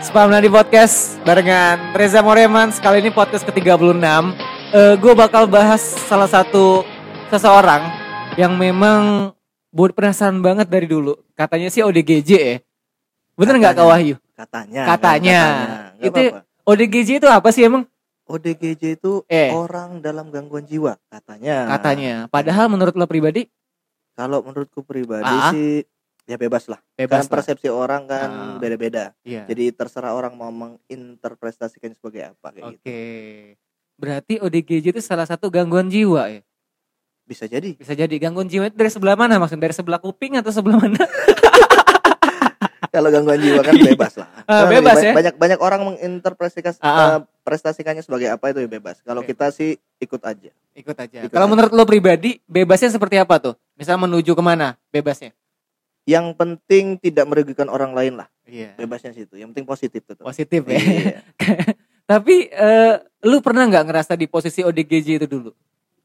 Spam di podcast barengan Reza Moreman. Kali ini podcast ke-36. Gue bakal bahas salah satu seseorang yang memang buat penasaran banget dari dulu. Katanya sih ODGJ ya. Bener nggak Kak Wahyu? Katanya. Itu apa-apa. ODGJ itu apa sih emang? ODGJ itu orang dalam gangguan jiwa Katanya. Padahal menurut lo pribadi? Kalau menurutku pribadi sih ya bebas lah. Kan persepsi orang kan beda-beda. Iya. Jadi terserah orang mau menginterpretasikan sebagai apa kayak gitu. Berarti ODGJ itu salah satu gangguan jiwa ya? Bisa jadi. Gangguan jiwa itu dari sebelah mana maksudnya? Dari sebelah kuping atau sebelah mana? Kalau gangguan jiwa kan bebas lah. Bebas ya. Banyak orang menginterpretasikannya sebagai apa itu ya bebas. Kalau kita sih ikut aja. Kalau menurut lo pribadi bebasnya seperti apa tuh? Misal menuju kemana bebasnya? Yang penting tidak merugikan orang lain lah. Iya. Bebasnya situ. Yang penting positif tuh. Positif ya. Iya. Tapi lu pernah nggak ngerasa di posisi ODGJ itu dulu?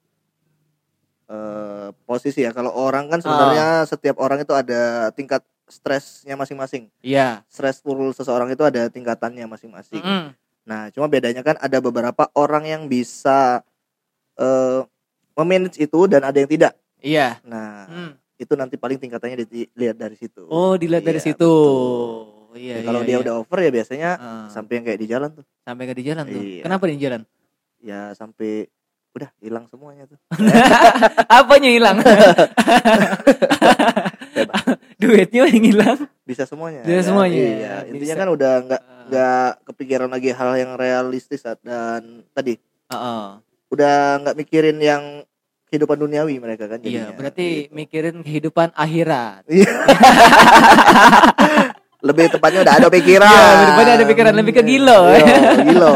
Posisi ya. Kalau orang kan sebenarnya setiap orang itu ada tingkat stresnya masing-masing. Iya. Stressful seseorang itu ada tingkatannya masing-masing. Nah, cuma bedanya kan ada beberapa orang yang bisa memanage itu dan ada yang tidak. Iya. Nah, itu nanti paling tingkatannya dilihat dari situ. Oh, dilihat dari situ. Iya. Kalau dia udah over ya biasanya sampai yang kayak di jalan tuh. Sampai ke di jalan tuh. Iya. Kenapa di jalan? Ya sampai udah hilang semuanya tuh. Apanya hilang? Duitnya yang hilang. Bisa semuanya. Iya. Intinya kan udah nggak kepikiran lagi hal yang realistis dan tadi. Udah nggak mikirin yang kehidupan duniawi mereka kan jadinya. Iya, berarti gitu. Mikirin kehidupan akhirat. Lebih tepatnya udah ada pikiran. Iya, daripada ada pikiran lebih ke gilo. Gilo.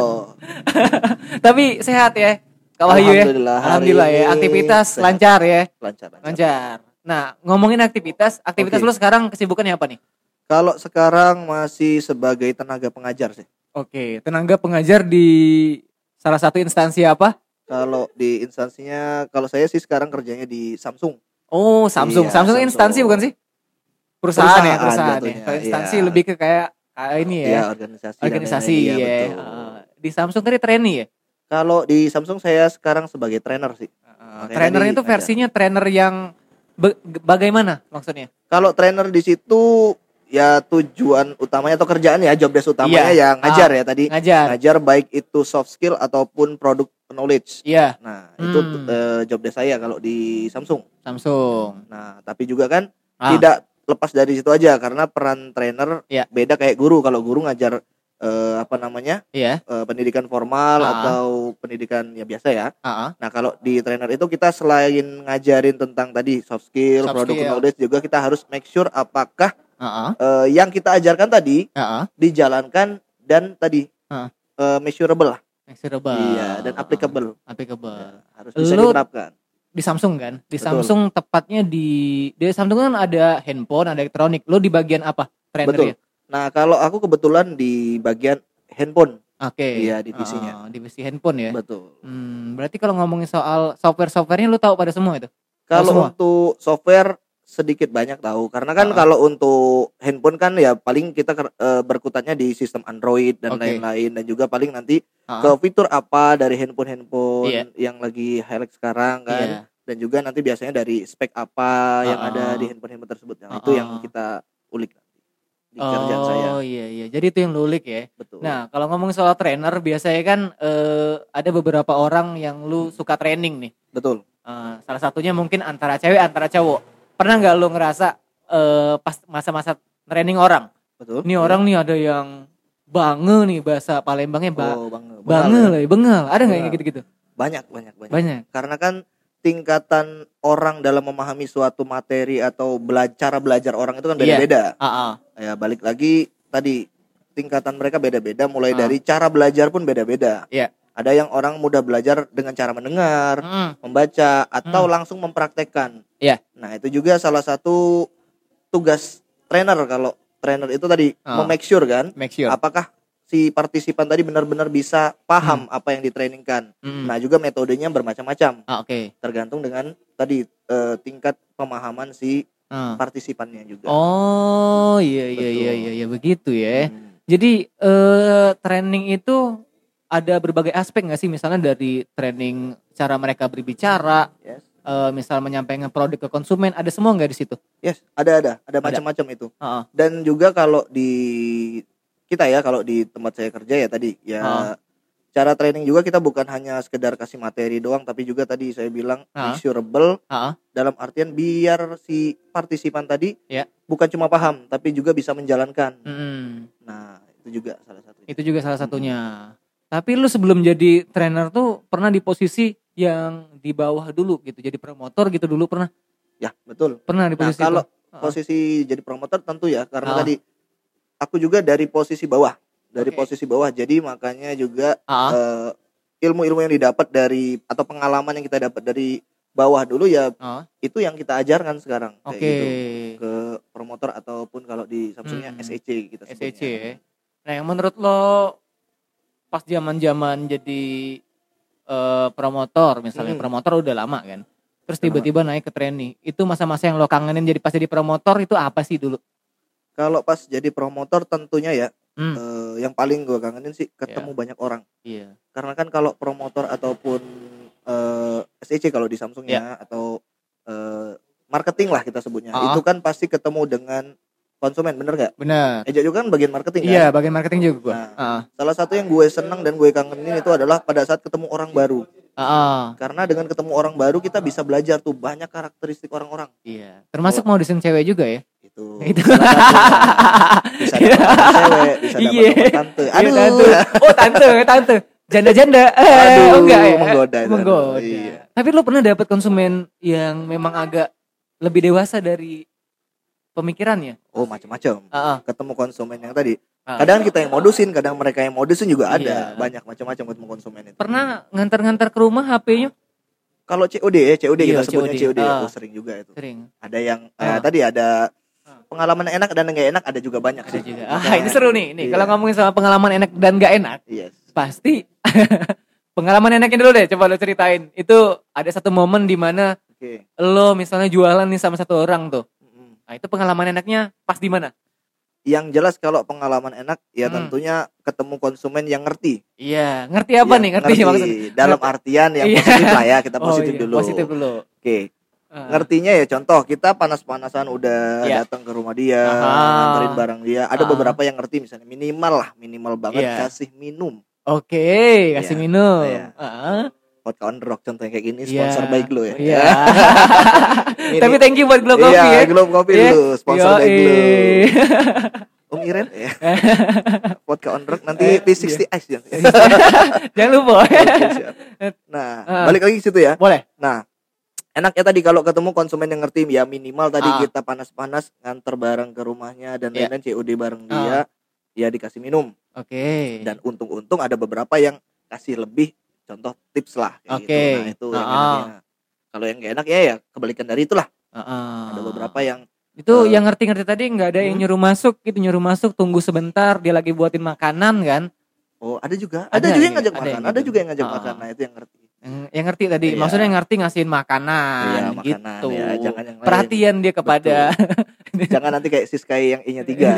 Tapi sehat ya, Kak Wahyu ya. Alhamdulillah ya. Aktivitas sehat. Lancar ya. Lancar. Nah, ngomongin aktivitas lu sekarang kesibukannya apa nih? Kalau sekarang masih sebagai tenaga pengajar sih. Oke, tenaga pengajar di salah satu instansi apa? Kalau di instansinya, kalau saya sih sekarang kerjanya di Samsung. Oh, Samsung. Iya, Samsung instansi bukan sih? Perusahaan ya. Kalau instansi lebih ke kayak ini ya. Organisasi ya. Di Samsung tadi trainee ya? Kalau di Samsung saya sekarang sebagai trainer sih. Trainer itu versinya trainer yang bagaimana maksudnya? Kalau trainer di situ ya tujuan utamanya atau kerjaan ya, job desk utamanya yang ngajar ya tadi. Ngajar baik itu soft skill ataupun product knowledge. Iya. Nah, itu job desk saya kalau di Samsung. Nah, tapi juga kan tidak lepas dari situ aja karena peran trainer beda kayak guru. Kalau guru ngajar pendidikan formal atau pendidikan ya biasa ya. Nah, kalau di trainer itu kita selain ngajarin tentang tadi soft skill, product knowledge juga kita harus make sure apakah yang kita ajarkan tadi dijalankan dan tadi measurable lah. Iya, dan applicable. Ya, harus bisa diterapkan. Di Samsung kan? Di Betul. Samsung tepatnya di Samsung kan ada handphone, ada elektronik. Lo di bagian apa? Trainernya? Betul. Nah, kalau aku kebetulan di bagian handphone. Oke. Iya, divisinya. Divisi handphone ya. Betul. Berarti kalau ngomongin soal software-nya lo tahu pada semua itu? Kalau untuk software sedikit banyak tahu karena kan kalau untuk handphone kan ya paling kita berkutatnya di sistem Android dan lain-lain dan juga paling nanti ke fitur apa dari handphone yang lagi highlight sekarang kan dan juga nanti biasanya dari spek apa yang ada di handphone tersebut. Nah, itu yang kita ulik nanti di kerjaan saya. Oh iya. Jadi itu yang lu ulik ya. Betul. Nah, kalau ngomong soal trainer biasanya kan ada beberapa orang yang lu suka training nih. Betul. Salah satunya mungkin antara cewek antara cowok. Pernah nggak lo ngerasa pas masa-masa training orang? Betul. Ini orang nih ada yang bange nih bahasa Palembangnya bange. Bengal. Ada nggak yang gitu-gitu? Banyak. Karena kan tingkatan orang dalam memahami suatu materi atau cara belajar orang itu kan beda-beda. Ya balik lagi tadi tingkatan mereka beda-beda. Mulai dari cara belajar pun beda-beda. Iya. Ada yang orang mudah belajar dengan cara mendengar, membaca, atau langsung mempraktekkan. Iya. Nah, itu juga salah satu tugas trainer. Kalau trainer itu tadi make sure kan, apakah si partisipan tadi benar-benar bisa paham apa yang ditrainingkan. Nah, juga metodenya bermacam-macam. Tergantung dengan tadi tingkat pemahaman si partisipannya juga. Oh, iya begitu ya. Jadi training itu ada berbagai aspek nggak sih? Misalnya dari training cara mereka berbicara, Yes. Misal menyampaikan produk ke konsumen, ada semua nggak di situ? Yes, ada macam-macam itu. Dan juga kalau di kita ya, kalau di tempat saya kerja ya tadi ya, cara training juga kita bukan hanya sekedar kasih materi doang, tapi juga tadi saya bilang measurable, dalam artian biar si partisipan tadi bukan cuma paham tapi juga bisa menjalankan. Nah, itu juga salah satunya. Itu juga salah satunya. Tapi lu sebelum jadi trainer tuh pernah di posisi yang di bawah dulu gitu, jadi promotor gitu dulu pernah? Ya, betul. Pernah di posisi kalau posisi jadi promotor tentu ya, karena tadi aku juga dari posisi bawah. Posisi bawah, jadi makanya juga ilmu-ilmu yang didapat dari atau pengalaman yang kita dapat dari bawah dulu ya, itu yang kita ajarkan sekarang kayak gitu ke promotor ataupun kalau di Samsungnya SEC kita sebutnya. SEC. Nah, yang menurut lo pas zaman-zaman jadi promotor misalnya, promotor udah lama kan, terus tiba-tiba naik ke trainee, itu masa-masa yang lo kangenin jadi pas jadi promotor itu apa sih dulu? Kalau pas jadi promotor tentunya ya, yang paling gue kangenin sih ketemu banyak orang. Karena kan kalau promotor ataupun SEC kalau di Samsungnya atau marketing lah kita sebutnya, itu kan pasti ketemu dengan konsumen, bener gak? Bener. Eja juga kan bagian marketing kan? Iya, bagian marketing juga gue. Salah satu yang gue senang dan gue kangenin itu adalah pada saat ketemu orang baru. Karena dengan ketemu orang baru kita bisa belajar tuh banyak karakteristik orang-orang. Iya. Termasuk mau desain cewek juga ya? Itu. Bisa dapat cewek, bisa dapat tante. Aduh. Tante. Janda-janda. Enggak ya? Menggoda. Iya. Tapi lu pernah dapat konsumen yang memang agak lebih dewasa dari pemikirannya? Oh, macam-macam. Ketemu konsumen yang tadi. Kadang kita yang modusin, kadang mereka yang modusin juga ada. Banyak macam-macam ketemu konsumen itu. Pernah ngantar-ngantar ke rumah HP-nya? Kalau COD kita sebutnya COD. Aku sering juga itu. Ada yang tadi ada pengalaman enak dan enggak enak, ada juga banyak sih. Ini seru nih. Kalau ngomongin soal pengalaman enak dan enggak enak, pasti pengalaman enaknya dulu deh, coba lo ceritain. Itu ada satu momen di mana lo misalnya jualan nih sama satu orang tuh. Nah, itu pengalaman enaknya pas di mana? Yang jelas kalau pengalaman enak ya tentunya ketemu konsumen yang ngerti. Iya, ngerti apa nih? Ngerti maksudnya? Dalam artian yang positif lah ya, kita positif dulu. Positif dulu. Oke. Ngertinya ya contoh kita panas-panasan udah datang ke rumah dia, nganterin barang dia. Ada beberapa yang ngerti misalnya minimal banget kasih minum. Oke, kasih minum. Vodka on rock contohnya kayak gini, sponsor by Glow ya. Tapi thank you buat Glow Coffee ya. Glow Coffee dulu, sponsor by Glow. Iren ya. Vodka on rock nanti P60 Ice ya. Jangan lupa. Nah, balik lagi ke situ ya. Boleh. Nah, enaknya tadi kalau ketemu konsumen yang ngerti ya, minimal tadi kita panas-panas nganter barang ke rumahnya dan lain-lain, COD bareng dia, ya dikasih minum. Dan untung-untung ada beberapa yang kasih lebih, contoh tips lah kayak gitu. Nah, itu yang enaknya. Kalau yang gak enak ya kebalikan dari itulah. Ada beberapa yang itu yang ngerti-ngerti tadi nggak ada yang nyuruh masuk, tunggu sebentar, dia lagi buatin makanan kan. Oh, ada juga yang ngajak makan, ada juga yang ngajak makan. Nah, itu yang ngerti. Yang ngerti tadi, maksudnya yang ngerti ngasihin makanan, makanan gitu. Ya, jangan yang lain. Perhatian dia kepada. Jangan nanti kayak Siskai yang I-nya 3.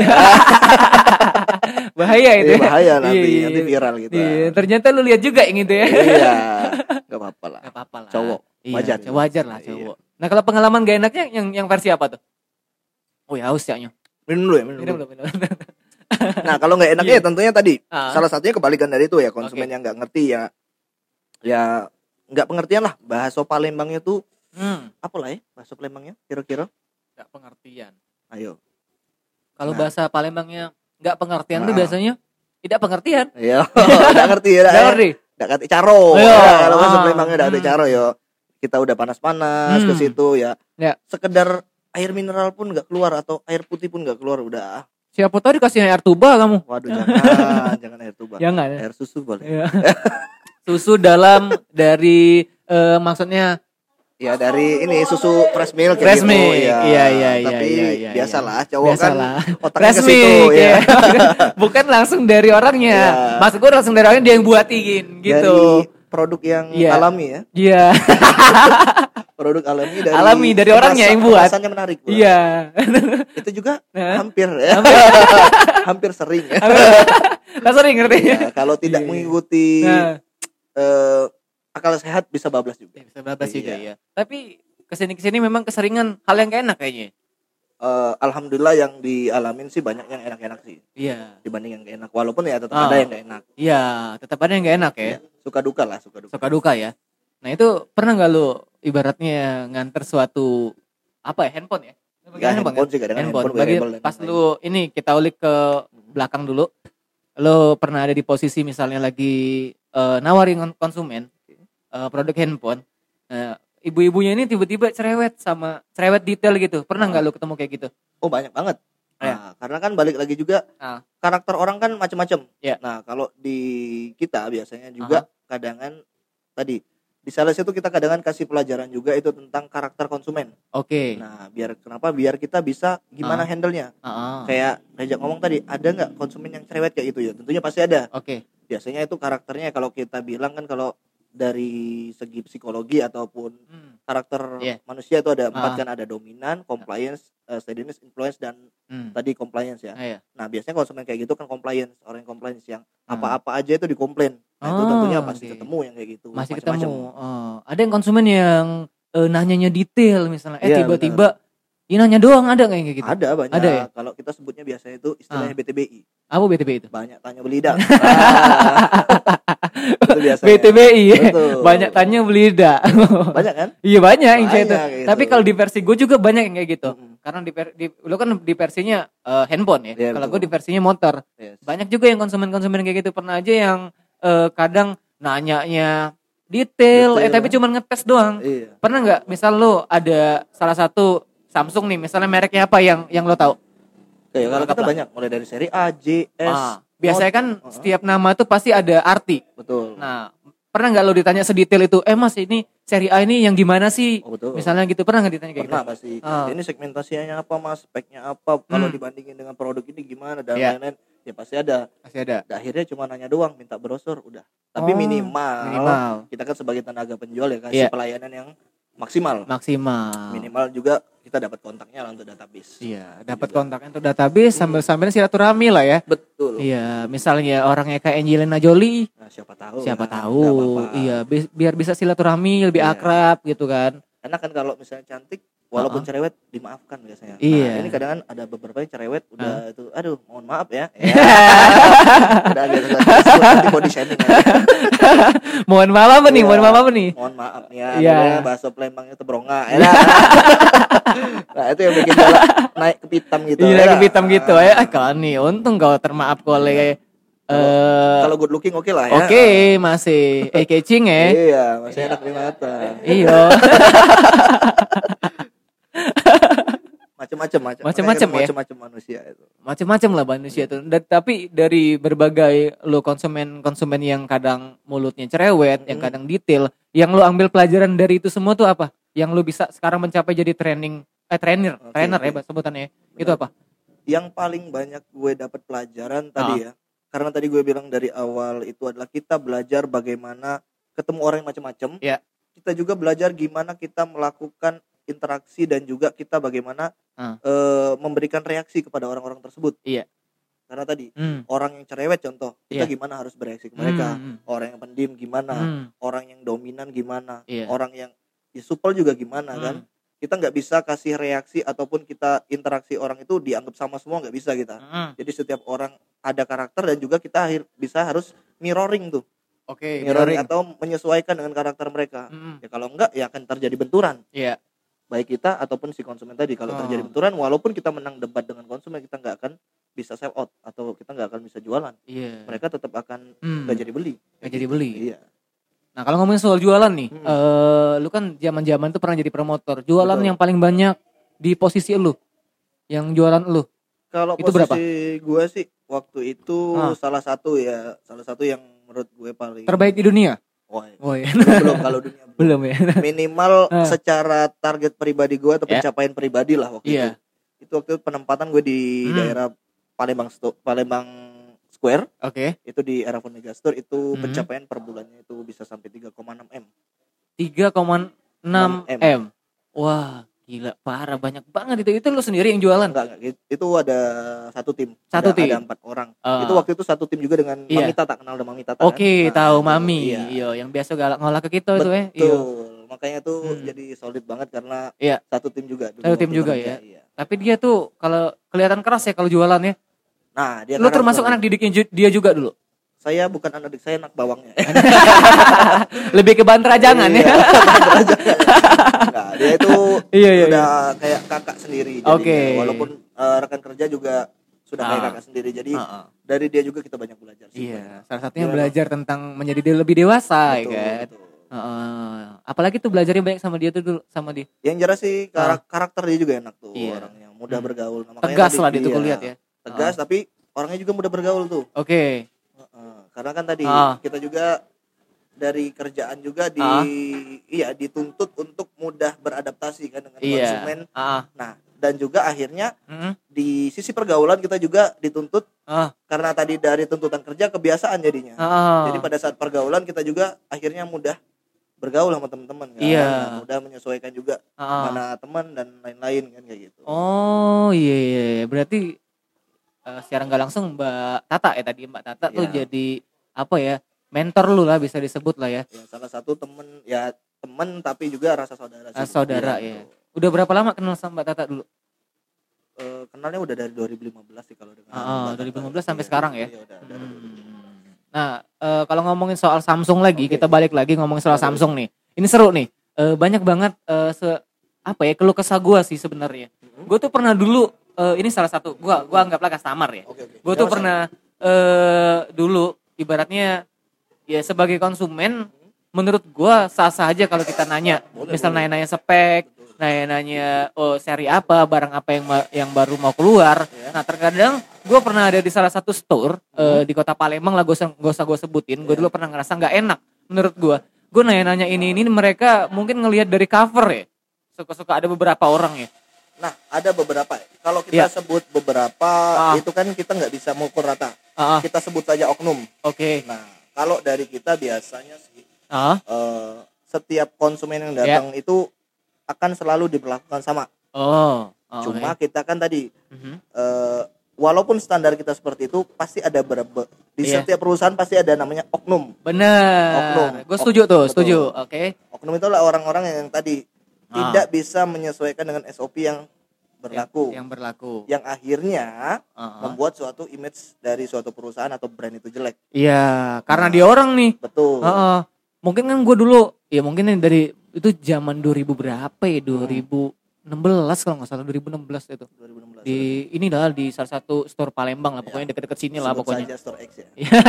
Bahaya itu. Bahaya nanti viral gitu. Ternyata lu lihat juga yang itu ya. Iya. Gak apa-apa lah. Cowok. Wajar lah cowok. Nah, kalau pengalaman gak enaknya yang versi apa tuh? Oh ya, haus ya. Minum dulu. Nah, kalau nggak enaknya tentunya tadi salah satunya kebalikan dari itu ya, konsumen yang nggak ngerti ya nggak pengertian lah. Bahasa Palembangnya tuh apa lah ya bahasa Palembangnya kira-kira? Nggak pengertian. Ayo. Kalau bahasa Palembangnya nggak pengertian tuh biasanya tidak pengertian. Iya, nggak ngerti ya. Nggak ngerti caro. Kalau bahasa Palembangnya nggak ada caro ya. Kita udah panas-panas ke situ ya. Sekedar air mineral pun nggak keluar atau air putih pun nggak keluar udah. Siapa tahu dikasih air tuba kamu? Waduh, jangan air tuba. Jangan. Air susu boleh. Susu dalam dari maksudnya ya dari ini susu fresh milk fresh gitu. Milk. Iya. Tapi biasalah cowok biasalah. Kan otaknya ke situ ya. Bukan langsung dari orangnya. Maksud gue langsung dari orangnya dia yang buatin gitu. Dari produk yang alami ya. Iya. Produk alami dari orangnya yang buat. Rasanya menarik. Bro. Iya. Itu juga hampir ya. Hampir sering ya. Sering ngerti. Ya, kalau tidak mengikuti akal sehat bisa bablas juga. Bisa bablas juga ya. Tapi kesini memang keseringan hal yang gak enak kayaknya. Alhamdulillah yang dialamin sih banyak yang enak-enak sih. Iya. Dibanding yang gak enak. Walaupun ya tetap ada yang gak enak. Iya, tetap ada yang gak enak ya. Suka duka lah, Suka duka ya. Nah itu pernah nggak lu ibaratnya nganter suatu apa ya, handphone ya? Handphone sih kadang handphone. Bagi pas lu ini kita ulik ke belakang dulu. Lu pernah ada di posisi misalnya lagi nawarin konsumen produk handphone. Ibu-ibunya ini tiba-tiba cerewet detail gitu. Pernah nggak lu ketemu kayak gitu? Oh banyak banget. Nah, karena kan balik lagi juga karakter orang kan macam-macam. Yeah. Nah kalau di kita biasanya juga kadangan tadi di sales itu kita kadang kasih pelajaran juga itu tentang karakter konsumen. Oke. Nah biar kita bisa gimana handle-nya. Kayak Reza ngomong tadi, ada nggak konsumen yang cerewet kayak gitu ya? Tentunya pasti ada. Oke. Biasanya itu karakternya kalau kita bilang kan kalau dari segi psikologi ataupun karakter manusia itu ada 4 kan, ada dominan, compliance, steadiness, influence dan tadi compliance ya. Nah biasanya konsumen kayak gitu kan compliance, orang yang compliance yang apa-apa aja itu dikomplain. Nah itu tentunya pasti ketemu yang kayak gitu. Masih ketemu. Ada yang konsumen yang nanyanya detail misalnya, tiba-tiba ini nanya doang, ada nggak yang kayak gitu? Ada banyak. Ada ya? Kalau kita sebutnya biasanya itu istilahnya BTBI. Apa BTBI itu? Banyak tanya belidak. Itu biasanya. BTBI. Betul. Banyak tanya belidak. Banyak kan? Iya banyak yang kayak itu. Gitu. Tapi kalau di versi gue juga banyak yang kayak gitu. Karena lu kan di versinya handphone ya. Kalau gue di versinya motor. Yes. Banyak juga yang konsumen kayak gitu. Pernah aja yang kadang nanyanya detail tapi cuma ngetes doang. Iya. Pernah nggak misal lu ada salah satu Samsung nih, misalnya mereknya apa yang lo tahu? Kayak kalau kita banyak mulai dari seri A, J, S. Biasanya kan setiap nama itu pasti ada arti. Betul. Nah, pernah nggak lo ditanya sedetail itu? Mas ini seri A ini yang gimana sih? Betul. Misalnya gitu, pernah nggak ditanya kayak gitu? Pernah pasti. Ini segmentasinya apa mas? Speknya apa? Kalau dibandingin dengan produk ini gimana dan lain-lain? Ya pasti ada. Akhirnya cuma nanya doang, minta brosur, udah. Tapi minimal. Kita kan sebagai tenaga penjual ya kasih pelayanan yang maksimal. Minimal juga kita dapat kontaknya lah untuk database. Iya, dapat kontaknya untuk database sambil silaturahmi lah ya. Betul. Iya, misalnya orangnya kayak Angelina Jolie. Nah, siapa tahu. Iya, biar bisa silaturahmi lebih akrab gitu kan. Karena kan kalau misalnya cantik walaupun cerewet dimaafkan biasanya. Iya. Nah, ini kadang ada beberapa yang cerewet udah itu aduh mohon maaf ya. Udah biasa nanti body shaming ya. Mohon maaf nih. Mohon maaf nih ya. Bahasa Palembangnya tebronga. Nah, itu yang bikin naik ke pitam gitu. Iya, ke pitam gitu. Kalau nih untung kau termaaf oleh kalau good looking oke lah ya. Oke, masih catching ya. Iya, masih enak di mata. Iya. Macam-macam manusia itu. Macam-macam lah manusia itu. Tapi dari berbagai lo konsumen yang kadang mulutnya cerewet, yang kadang detail, yang lo ambil pelajaran dari itu semua tuh apa? Yang lo bisa sekarang mencapai jadi trainer ya sebutannya. Benar. Itu apa? Yang paling banyak gue dapat pelajaran tadi ya. Karena tadi gue bilang dari awal itu adalah kita belajar bagaimana ketemu orang yang macam-macam. Yeah. Kita juga belajar gimana kita melakukan interaksi dan juga kita bagaimana memberikan reaksi kepada orang-orang tersebut. Iya. Karena tadi orang yang cerewet contoh, kita gimana harus bereaksi ke mereka. Orang yang pendiam gimana, orang yang dominan gimana, orang yang supel juga gimana kan. Kita nggak bisa kasih reaksi ataupun kita interaksi orang itu dianggap sama semua, nggak bisa kita. Jadi setiap orang ada karakter dan juga kita harus mirroring tuh. Oke, mirroring atau menyesuaikan dengan karakter mereka. Ya kalau enggak ya akan terjadi benturan. Iya. Baik kita ataupun si konsumen tadi. Kalau terjadi benturan walaupun kita menang debat dengan konsumen, kita nggak akan bisa sell out atau kita nggak akan bisa jualan. Iya. Mereka tetap akan nggak jadi beli. Iya. Nah kalau ngomongin soal jualan nih, lu kan zaman tuh pernah jadi promotor. Jualan yang paling banyak di posisi lu, yang jualan lu. Kalau itu berapa? Posisi gue sih waktu itu salah satu yang menurut gue paling terbaik di dunia. Belum kalau dunia belum ya. Minimal secara target pribadi gue atau pencapaian pribadi lah waktu itu. Itu waktu itu penempatan gue di daerah Palembang Square. Oke. Itu di era Megastore itu pencapaian per bulannya itu bisa sampai 3,6 M. 6M. Wah, gila parah, banyak banget itu. Itu lu sendiri yang jualan? Enggak. Itu ada satu tim. Satu tim. Ada 4 orang. Itu waktu itu satu tim juga dengan Mami Tata, kenal dengan Mami Tata Oke, kan? tahu Mami. Iya, yang biasa galak ngolah ke kita itu ya. Betul. Makanya tuh jadi solid banget karena satu tim juga. Satu tim juga ya. Iya. Tapi dia tuh kalau kelihatan keras ya kalau jualan ya. Nah, dia lu termasuk anak didiknya dia juga dulu? Saya bukan anak didik, saya anak bawangnya. Lebih ke banterajangan ya. Nah, dia itu udah kayak kakak sendiri. Walaupun rekan kerja juga sudah kayak kakak sendiri. Jadi dari dia juga kita banyak belajar sih. Iya, salah satunya belajar tentang menjadi lebih dewasa. Betul, ya kan. Apalagi tuh belajarnya banyak sama dia tuh dulu, sama dia. Yang jelas sih karakter dia juga enak tuh, orang yang mudah bergaul. Tegas lah dia tuh kulihat ya. Tegas tapi orangnya juga mudah bergaul tuh. Oke. Karena kan tadi kita juga dari kerjaan juga dituntut untuk mudah beradaptasi kan dengan konsumen. Nah, dan juga akhirnya di sisi pergaulan kita juga dituntut karena tadi dari tuntutan kerja kebiasaan jadinya. Jadi pada saat pergaulan kita juga akhirnya mudah bergaul sama teman-teman kan. Mudah menyesuaikan juga mana teman dan lain-lain kan kayak gitu. Oh iya. Berarti secara nggak langsung Mbak Tata tuh jadi apa ya, mentor lu lah bisa disebut lah ya. Salah satu temen tapi juga rasa saudara. Saudara ya. Udah berapa lama kenal sama Mbak Tata dulu? Kenalnya udah dari 2015 sih kalau dengan 2015 sampai sekarang ya. Nah, kalau ngomongin soal Samsung lagi, kita balik lagi ngomongin soal Samsung nih. Ini seru nih. Banyak banget keluh kesah gua sih sebenarnya. Gue tuh pernah dulu ini salah satu gua anggaplah customer ya. Gue tuh pernah dulu ibaratnya ya sebagai konsumen, menurut gua sah-sah aja kalau kita nanya, misal nanya spek, nanya seri apa, barang apa yang baru mau keluar. Nah, terkadang gua pernah ada di salah satu store di Kota Palembang lah, gak usah gua sebutin. Gua dulu pernah ngerasa nggak enak menurut gua nanya ini mereka mungkin ngelihat dari cover ya. Suka-suka ada beberapa orang ya. Nah, ada beberapa. Kalau kita sebut beberapa, itu kan kita nggak bisa mengukur rata. Kita sebut saja oknum. Oke. Nah, kalau dari kita biasanya sih, setiap konsumen yang datang itu akan selalu diperlakukan sama. Cuma kita kan tadi, walaupun standar kita seperti itu, pasti ada di setiap perusahaan pasti ada namanya oknum. Benar. Gue setuju tuh, setuju. Oke. Oknum itu adalah orang-orang yang tadi tidak bisa menyesuaikan dengan SOP yang berlaku. Yang akhirnya membuat suatu image dari suatu perusahaan atau brand itu jelek. Iya, karena dia orang nih. Betul. Mungkin kan gue dulu, ya mungkin dari itu zaman 2000 berapa ya? 2016 kalau nggak salah, 2016 itu. 2016. Di salah satu store Palembang lah, pokoknya deket-deket sini lah pokoknya. Sebut saja Store X ya.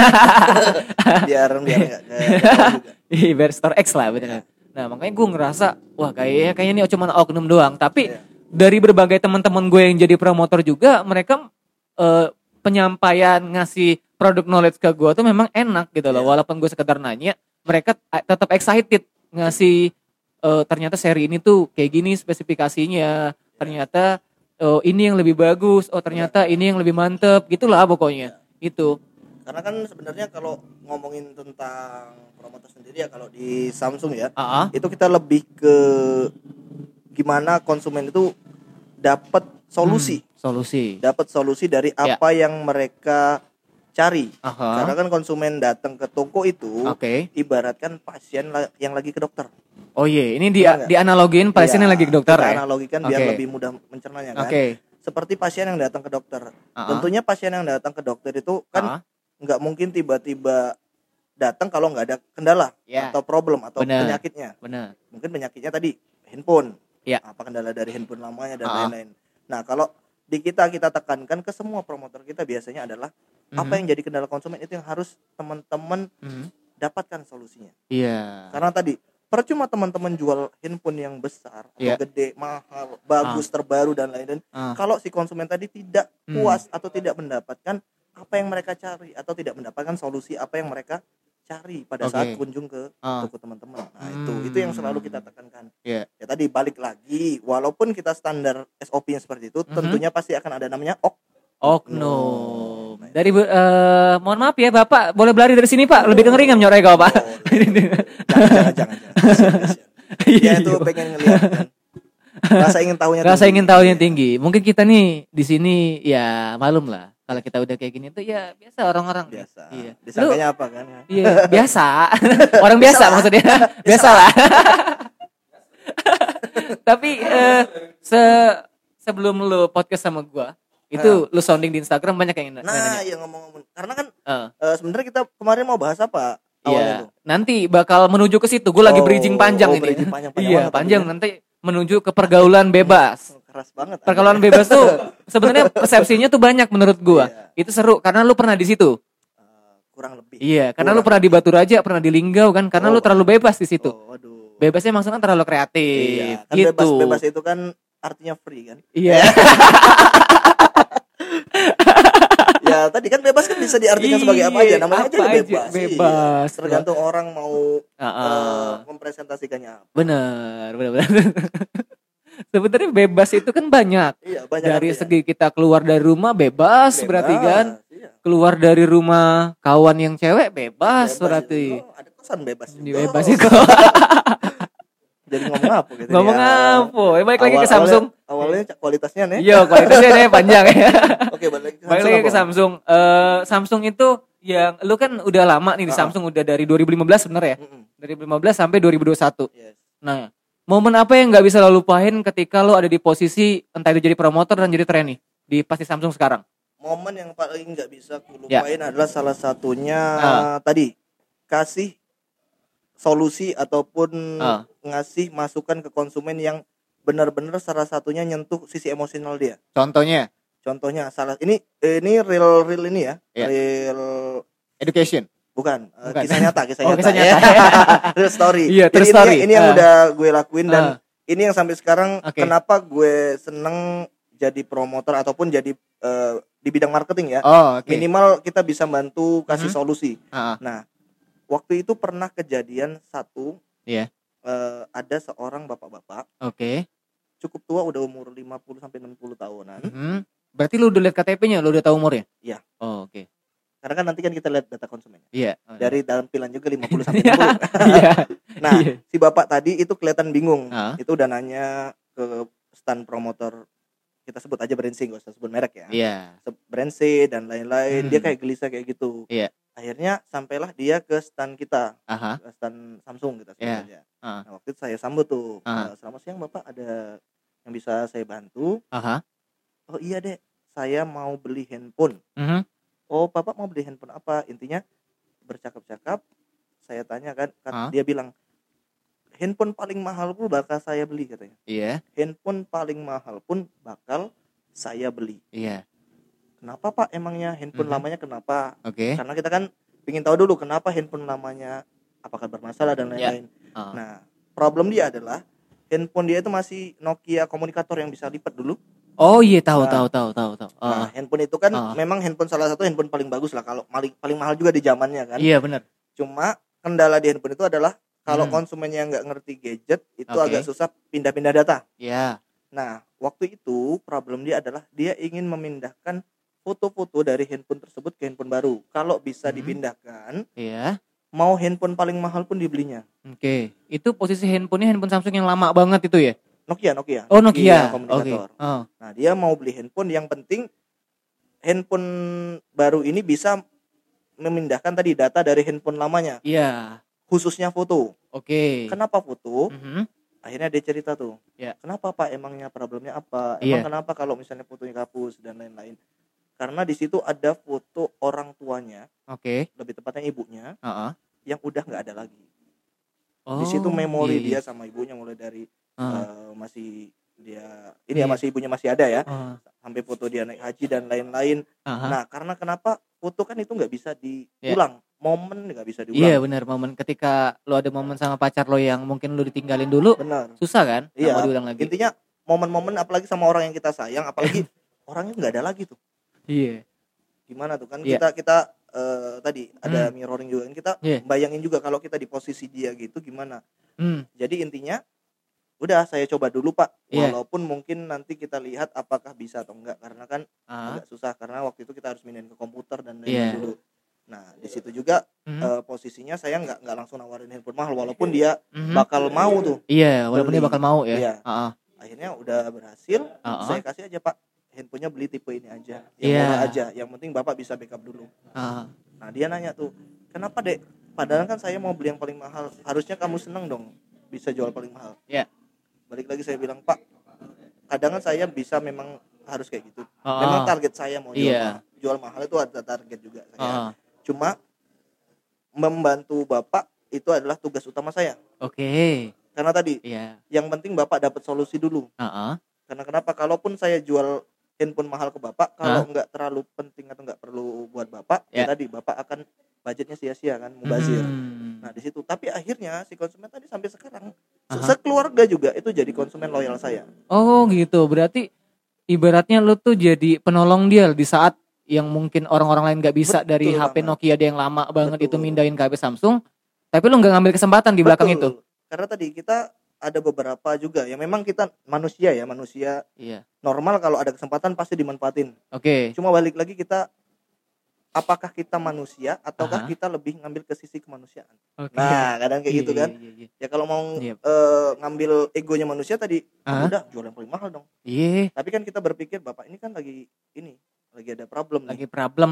biar nggak biar Store X lah betul. Nah, makanya gue ngerasa wah kayaknya ini cuma oknum doang, tapi dari berbagai teman-teman gue yang jadi promotor juga, mereka penyampaian ngasih produk knowledge ke gue tuh memang enak gitu loh. Walaupun gue sekedar nanya, mereka tetap excited ngasih ternyata seri ini tuh kayak gini spesifikasinya, ternyata ini yang lebih bagus, ternyata ini yang lebih mantep gitulah pokoknya. Itu karena kan sebenarnya kalau ngomongin tentang promotor sendiri ya, kalau di Samsung ya, itu kita lebih ke gimana konsumen itu dapat solusi. Dapat solusi dari apa yang mereka cari. Karena kan konsumen datang ke toko itu ibaratkan pasien yang lagi ke dokter. Oh iya, ini dianalogin pasien yang lagi ke dokter ya. Analogikan biar lebih mudah mencernanya kan. Seperti pasien yang datang ke dokter. Tentunya pasien yang datang ke dokter itu kan nggak mungkin tiba-tiba datang kalau nggak ada kendala atau problem atau penyakitnya. Mungkin penyakitnya tadi handphone. Apa kendala dari handphone lamanya dan lain-lain. Nah, kalau di kita tekankan ke semua promotor kita biasanya adalah apa yang jadi kendala konsumen itu yang harus teman-teman dapatkan solusinya. Karena tadi percuma teman-teman jual handphone yang besar atau gede, mahal, bagus, terbaru dan lain-lain. Kalau si konsumen tadi tidak puas atau tidak mendapatkan apa yang mereka cari atau tidak mendapatkan solusi apa yang mereka cari pada saat kunjung ke toko teman-teman. Nah, itu yang selalu kita tekankan. Ya tadi balik lagi, walaupun kita standar SOP-nya seperti itu, tentunya pasti akan ada namanya oknum. Dari mohon maaf ya Bapak, boleh berlari dari sini Pak, lebih kengeringan nyorek kau Pak. Jangan. Dia itu pengen ngelihat kan. Rasa ingin tahunya tinggi. Mungkin kita nih di sini ya malum lah. Kalau kita udah kayak gini tuh ya biasa orang-orang. Biasa. Iya. Disangkanya apa kan? Iya, biasa. Orang biasa maksudnya. Biasa lah. Tapi sebelum lu podcast sama gua, itu lu sounding di Instagram banyak yang nanya. Nah, ya ngomong-ngomong. Karena kan sebenarnya kita kemarin mau bahas apa? Iya. Nanti bakal menuju ke situ. Gua lagi bridging panjang ini. Bridging panjang nanti menuju ke pergaulan bebas. Keras banget. Pergaulan bebas tuh sebenarnya persepsinya tuh banyak menurut gua. Itu seru karena lu pernah di situ. Kurang lebih. Iya, karena lu pernah di Baturaja, pernah di Linggau kan, karena lu terlalu bebas di situ. Waduh. Bebasnya maksudnya terlalu kreatif. Iya, kan gitu. Bebas itu kan artinya free kan? Iya. Ya tadi kan bebas kan bisa diartikan sebagai apa aja, namanya aja bebas. Bebas. Iya. Tergantung orang mau mempresentasikannya apa. Benar. Sebenarnya bebas itu kan banyak. Iya, banyak. Dari segi kita keluar dari rumah bebas berarti kan. Iya. Keluar dari rumah kawan yang cewek bebas berarti. Ada kosan bebas juga. Bebas itu. Jadi ngomong apa gitu. Ngomong apa? Balik lagi ke Samsung. Awalnya kualitasnya nih. Iya, kualitasnya nih panjang ya. Oke, balik lagi ke Samsung. Samsung itu yang lu kan udah lama nih di Samsung, udah dari 2015 sebenarnya ya. Dari 2015 sampai 2021. Yes. Nah, momen apa yang nggak bisa lo lupain ketika lo ada di posisi entah itu jadi promotor dan jadi trainee di pasti Samsung sekarang? Momen yang paling nggak bisa lupain adalah salah satunya tadi kasih solusi ataupun ngasih masukan ke konsumen yang benar-benar salah satunya nyentuh sisi emosional dia. Contohnya ini real ini ya. Real education. Bukan. Kisah nyata. Real story. Iya, jadi story. Ini yang udah gue lakuin dan ini yang sampai sekarang kenapa gue seneng jadi promotor ataupun jadi di bidang marketing ya. Minimal kita bisa bantu kasih solusi. Nah, waktu itu pernah kejadian satu. Ada seorang bapak-bapak. Cukup tua, udah umur 50 sampai 60 tahunan. Berarti lu udah lihat KTP-nya, lu udah tahu umurnya? Iya. Oke. Karena kan nanti kan kita lihat data konsumen. Iya. Dari tampilan juga 50 sampai 60. Iya. Nah, si bapak tadi itu kelihatan bingung. Itu udah nanya ke stand promotor, kita sebut aja brand C, gak usah sebut merek ya. Iya. Brand C dan lain-lain. Dia kayak gelisah kayak gitu. Iya. Akhirnya sampailah dia ke stand kita. Ke stand Samsung kita sebut aja. Nah, waktu itu saya sambut tuh. Selamat siang Bapak, ada yang bisa saya bantu? Oh iya dek, saya mau beli handphone. Oh Bapak mau beli handphone apa? Intinya bercakap-cakap, saya tanya kan dia bilang handphone paling mahal pun bakal saya beli katanya. Iya. Handphone paling mahal pun bakal saya beli. Iya. Kenapa Pak emangnya handphone lamanya kenapa? Karena kita kan ingin tahu dulu kenapa handphone lamanya apakah bermasalah dan lain-lain. Nah, problem dia adalah handphone dia itu masih Nokia komunikator yang bisa lipat dulu. Oh iya, tahu. Nah, handphone itu kan memang handphone salah satu handphone paling bagus lah, kalau paling mahal juga di zamannya kan. Iya benar. Cuma kendala di handphone itu adalah kalau konsumennya nggak ngerti gadget itu agak susah pindah-pindah data. Iya. Nah, waktu itu problem dia adalah dia ingin memindahkan foto-foto dari handphone tersebut ke handphone baru. Kalau bisa dipindahkan, mau handphone paling mahal pun dibelinya. Itu posisi handphonenya handphone Samsung yang lama banget itu ya? Nokia. Oh, Nokia. Komunikator. Nah, dia mau beli handphone yang penting handphone baru ini bisa memindahkan tadi data dari handphone lamanya. Iya. Khususnya foto. Kenapa foto? Akhirnya dia cerita tuh. Kenapa Pak, emangnya problemnya apa? Kenapa kalau misalnya fotonya hapus dan lain-lain? Karena di situ ada foto orang tuanya. Lebih tepatnya ibunya. Yang udah nggak ada lagi. Di situ memori dia sama ibunya mulai dari masih dia ini ya masih ibunya masih ada ya, sampai foto dia naik haji dan lain-lain. Nah, karena kenapa foto kan itu nggak bisa diulang, momen nggak bisa diulang. Iya benar, momen ketika lo ada momen sama pacar lo yang mungkin lo ditinggalin dulu, susah kan? Iya. Mau diulang lagi. Intinya momen-momen apalagi sama orang yang kita sayang, apalagi orangnya nggak ada lagi tuh. Iya. Gimana tuh kan kita tadi ada mirroring juga kan, kita bayangin juga kalau kita di posisi dia gitu gimana. Jadi intinya udah saya coba dulu Pak, walaupun mungkin nanti kita lihat apakah bisa atau enggak, karena kan agak susah karena waktu itu kita harus mindahin ke komputer dan lain-lain dulu. Nah di situ juga posisinya saya nggak langsung nawarin handphone mahal walaupun dia bakal mau tuh. Iya, walaupun dia bakal mau ya. Iya. Akhirnya udah berhasil, saya kasih aja Pak, handphonenya beli tipe ini aja, yang murah aja, yang penting Bapak bisa backup dulu. Nah dia nanya tuh, kenapa Dek? Padahal kan saya mau beli yang paling mahal, harusnya kamu seneng dong bisa jual paling mahal. Iya. Balik lagi saya bilang, Pak, kadang kan saya bisa memang harus kayak gitu. Memang target saya mau jual mahal itu ada target juga saya. Cuma membantu Bapak itu adalah tugas utama saya. Oke. Karena tadi yang penting Bapak dapat solusi dulu. Karena kenapa? Kalaupun saya jual handphone mahal ke Bapak, kalau nggak terlalu penting atau nggak perlu buat Bapak, ya tadi Bapak akan budgetnya sia-sia kan, mubazir. Nah di situ. Tapi akhirnya si konsumen tadi sampai sekarang sekeluarga juga itu jadi konsumen loyal saya. Oh gitu. Berarti ibaratnya lu tuh jadi penolong dia di saat yang mungkin orang-orang lain nggak bisa. Betul, dari HP Nokia dia yang lama banget itu mindahin ke HP Samsung. Tapi lu nggak ngambil kesempatan di belakang itu. Karena tadi kita ada beberapa juga yang memang kita manusia normal, kalau ada kesempatan pasti dimanfaatin. Cuma balik lagi kita, apakah kita manusia ataukah kita lebih ngambil ke sisi kemanusiaan. Nah kadang kayak gitu kan. Ya kalau mau ngambil egonya manusia tadi, udah jual yang paling mahal dong. Tapi kan kita berpikir Bapak ini kan lagi ada problem nih.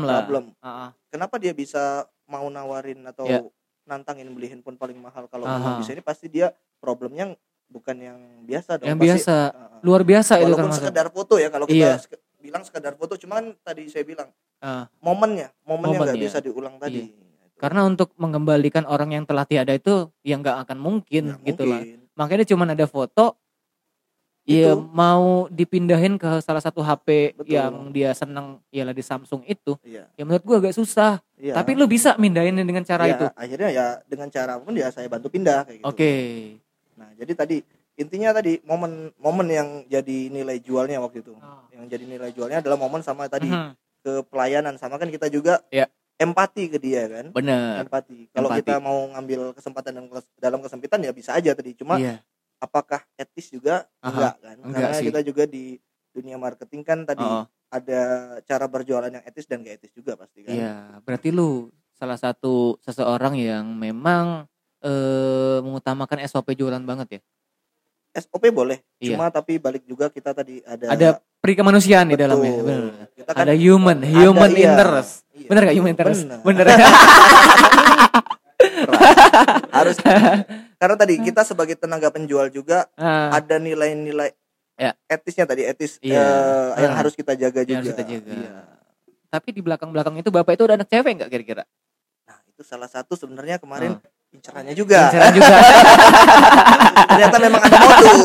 Kenapa dia bisa mau nawarin atau nantangin beli handphone paling mahal? Kalau memang bisa, ini pasti dia problemnya bukan yang biasa dong. Yang pasti, biasa, luar biasa itu kan. Walaupun sekedar foto ya, kalau kita bilang sekedar foto, cuman tadi saya bilang momennya nggak bisa diulang tadi. Karena untuk mengembalikan orang yang telah tiada itu yang nggak akan mungkin gitu lah. Makanya cuman ada foto. Iya, mau dipindahin ke salah satu HP yang dia seneng, ialah di Samsung itu. Ya menurut gua agak susah. Tapi lu bisa mindahin dengan cara itu. Akhirnya ya dengan cara apapun saya bantu pindah kayak gitu. Nah, jadi tadi intinya tadi momen yang jadi nilai jualnya waktu itu. Yang jadi nilai jualnya adalah momen sama tadi ke pelayanan, sama kan kita juga empati ke dia kan. Bener. Empati. Kalau kita mau ngambil kesempatan dalam kesempitan ya bisa aja tadi. Cuma apakah etis juga? Enggak kan. Karena kita juga di dunia marketing kan tadi ada cara berjualan yang etis dan gak etis juga pasti kan. Iya, berarti lu salah satu seseorang yang memang mengutamakan SOP jualan banget ya. SOP boleh, cuma tapi balik juga kita tadi ada perikemanusiaan di dalamnya. Benar. Kan ada human interest. Benar gak human interest? Benar. Harus, karena tadi kita sebagai tenaga penjual juga ada nilai-nilai etisnya tadi, yang harus kita jaga juga. Harus kita jaga. Tapi di belakang itu Bapak itu udah anak cewek nggak kira-kira? Nah itu salah satu sebenarnya kemarin incerannya juga. Ternyata memang ada modus.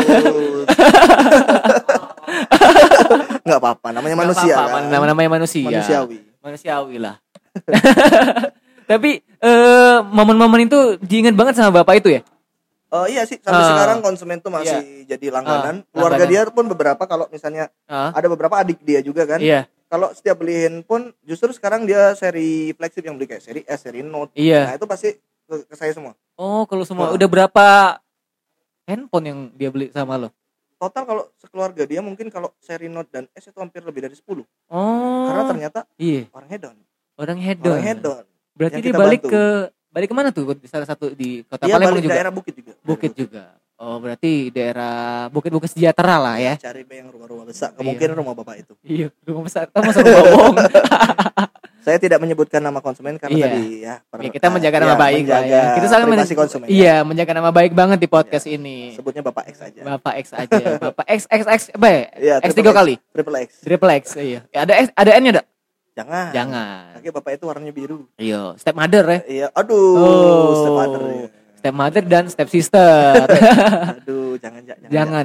Nggak apa-apa, namanya manusia. Namanya manusia. Manusiawi lah. Tapi momen-momen itu diingat banget sama Bapak itu ya? Iya sih, sampai sekarang konsumen tuh masih jadi langganan. Keluarga dia pun beberapa, kalau misalnya ada beberapa adik dia juga kan. Kalau setiap beli handphone, justru sekarang dia seri flagship yang beli kayak seri S, seri Note. Nah itu pasti ke saya semua. Oh, kalau semua. Udah berapa handphone yang dia beli sama lo? Total kalau sekeluarga dia mungkin kalau seri Note dan S itu hampir lebih dari 10. Karena ternyata orang hedon. Orang hedon. Berarti dia balik kemana tuh? Salah satu di Kota Palembang juga. Daerah Bukit juga. Bukit juga. Oh, berarti daerah Bukit sejahtera lah ya. Cari yang rumah-rumah besar, kemungkinan rumah Bapak itu. Iya, rumah besar. Masa rumah bohong. Saya tidak menyebutkan nama konsumen karena tadi kita menjaga nama baik lah ya. Kita selalu menjaga konsumen. Iya, menjaga nama baik banget di podcast ini. Sebutnya Bapak X aja. Bapak X aja. Bapak X X 3 kali. Triple X. Iya. Ada N-nya enggak? Jangan. Oke, Bapak itu warnanya biru. Iya, step mother ya. Iya, aduh, step mother. Ya. Step mother dan step sister. Aduh, jangan. Jangan.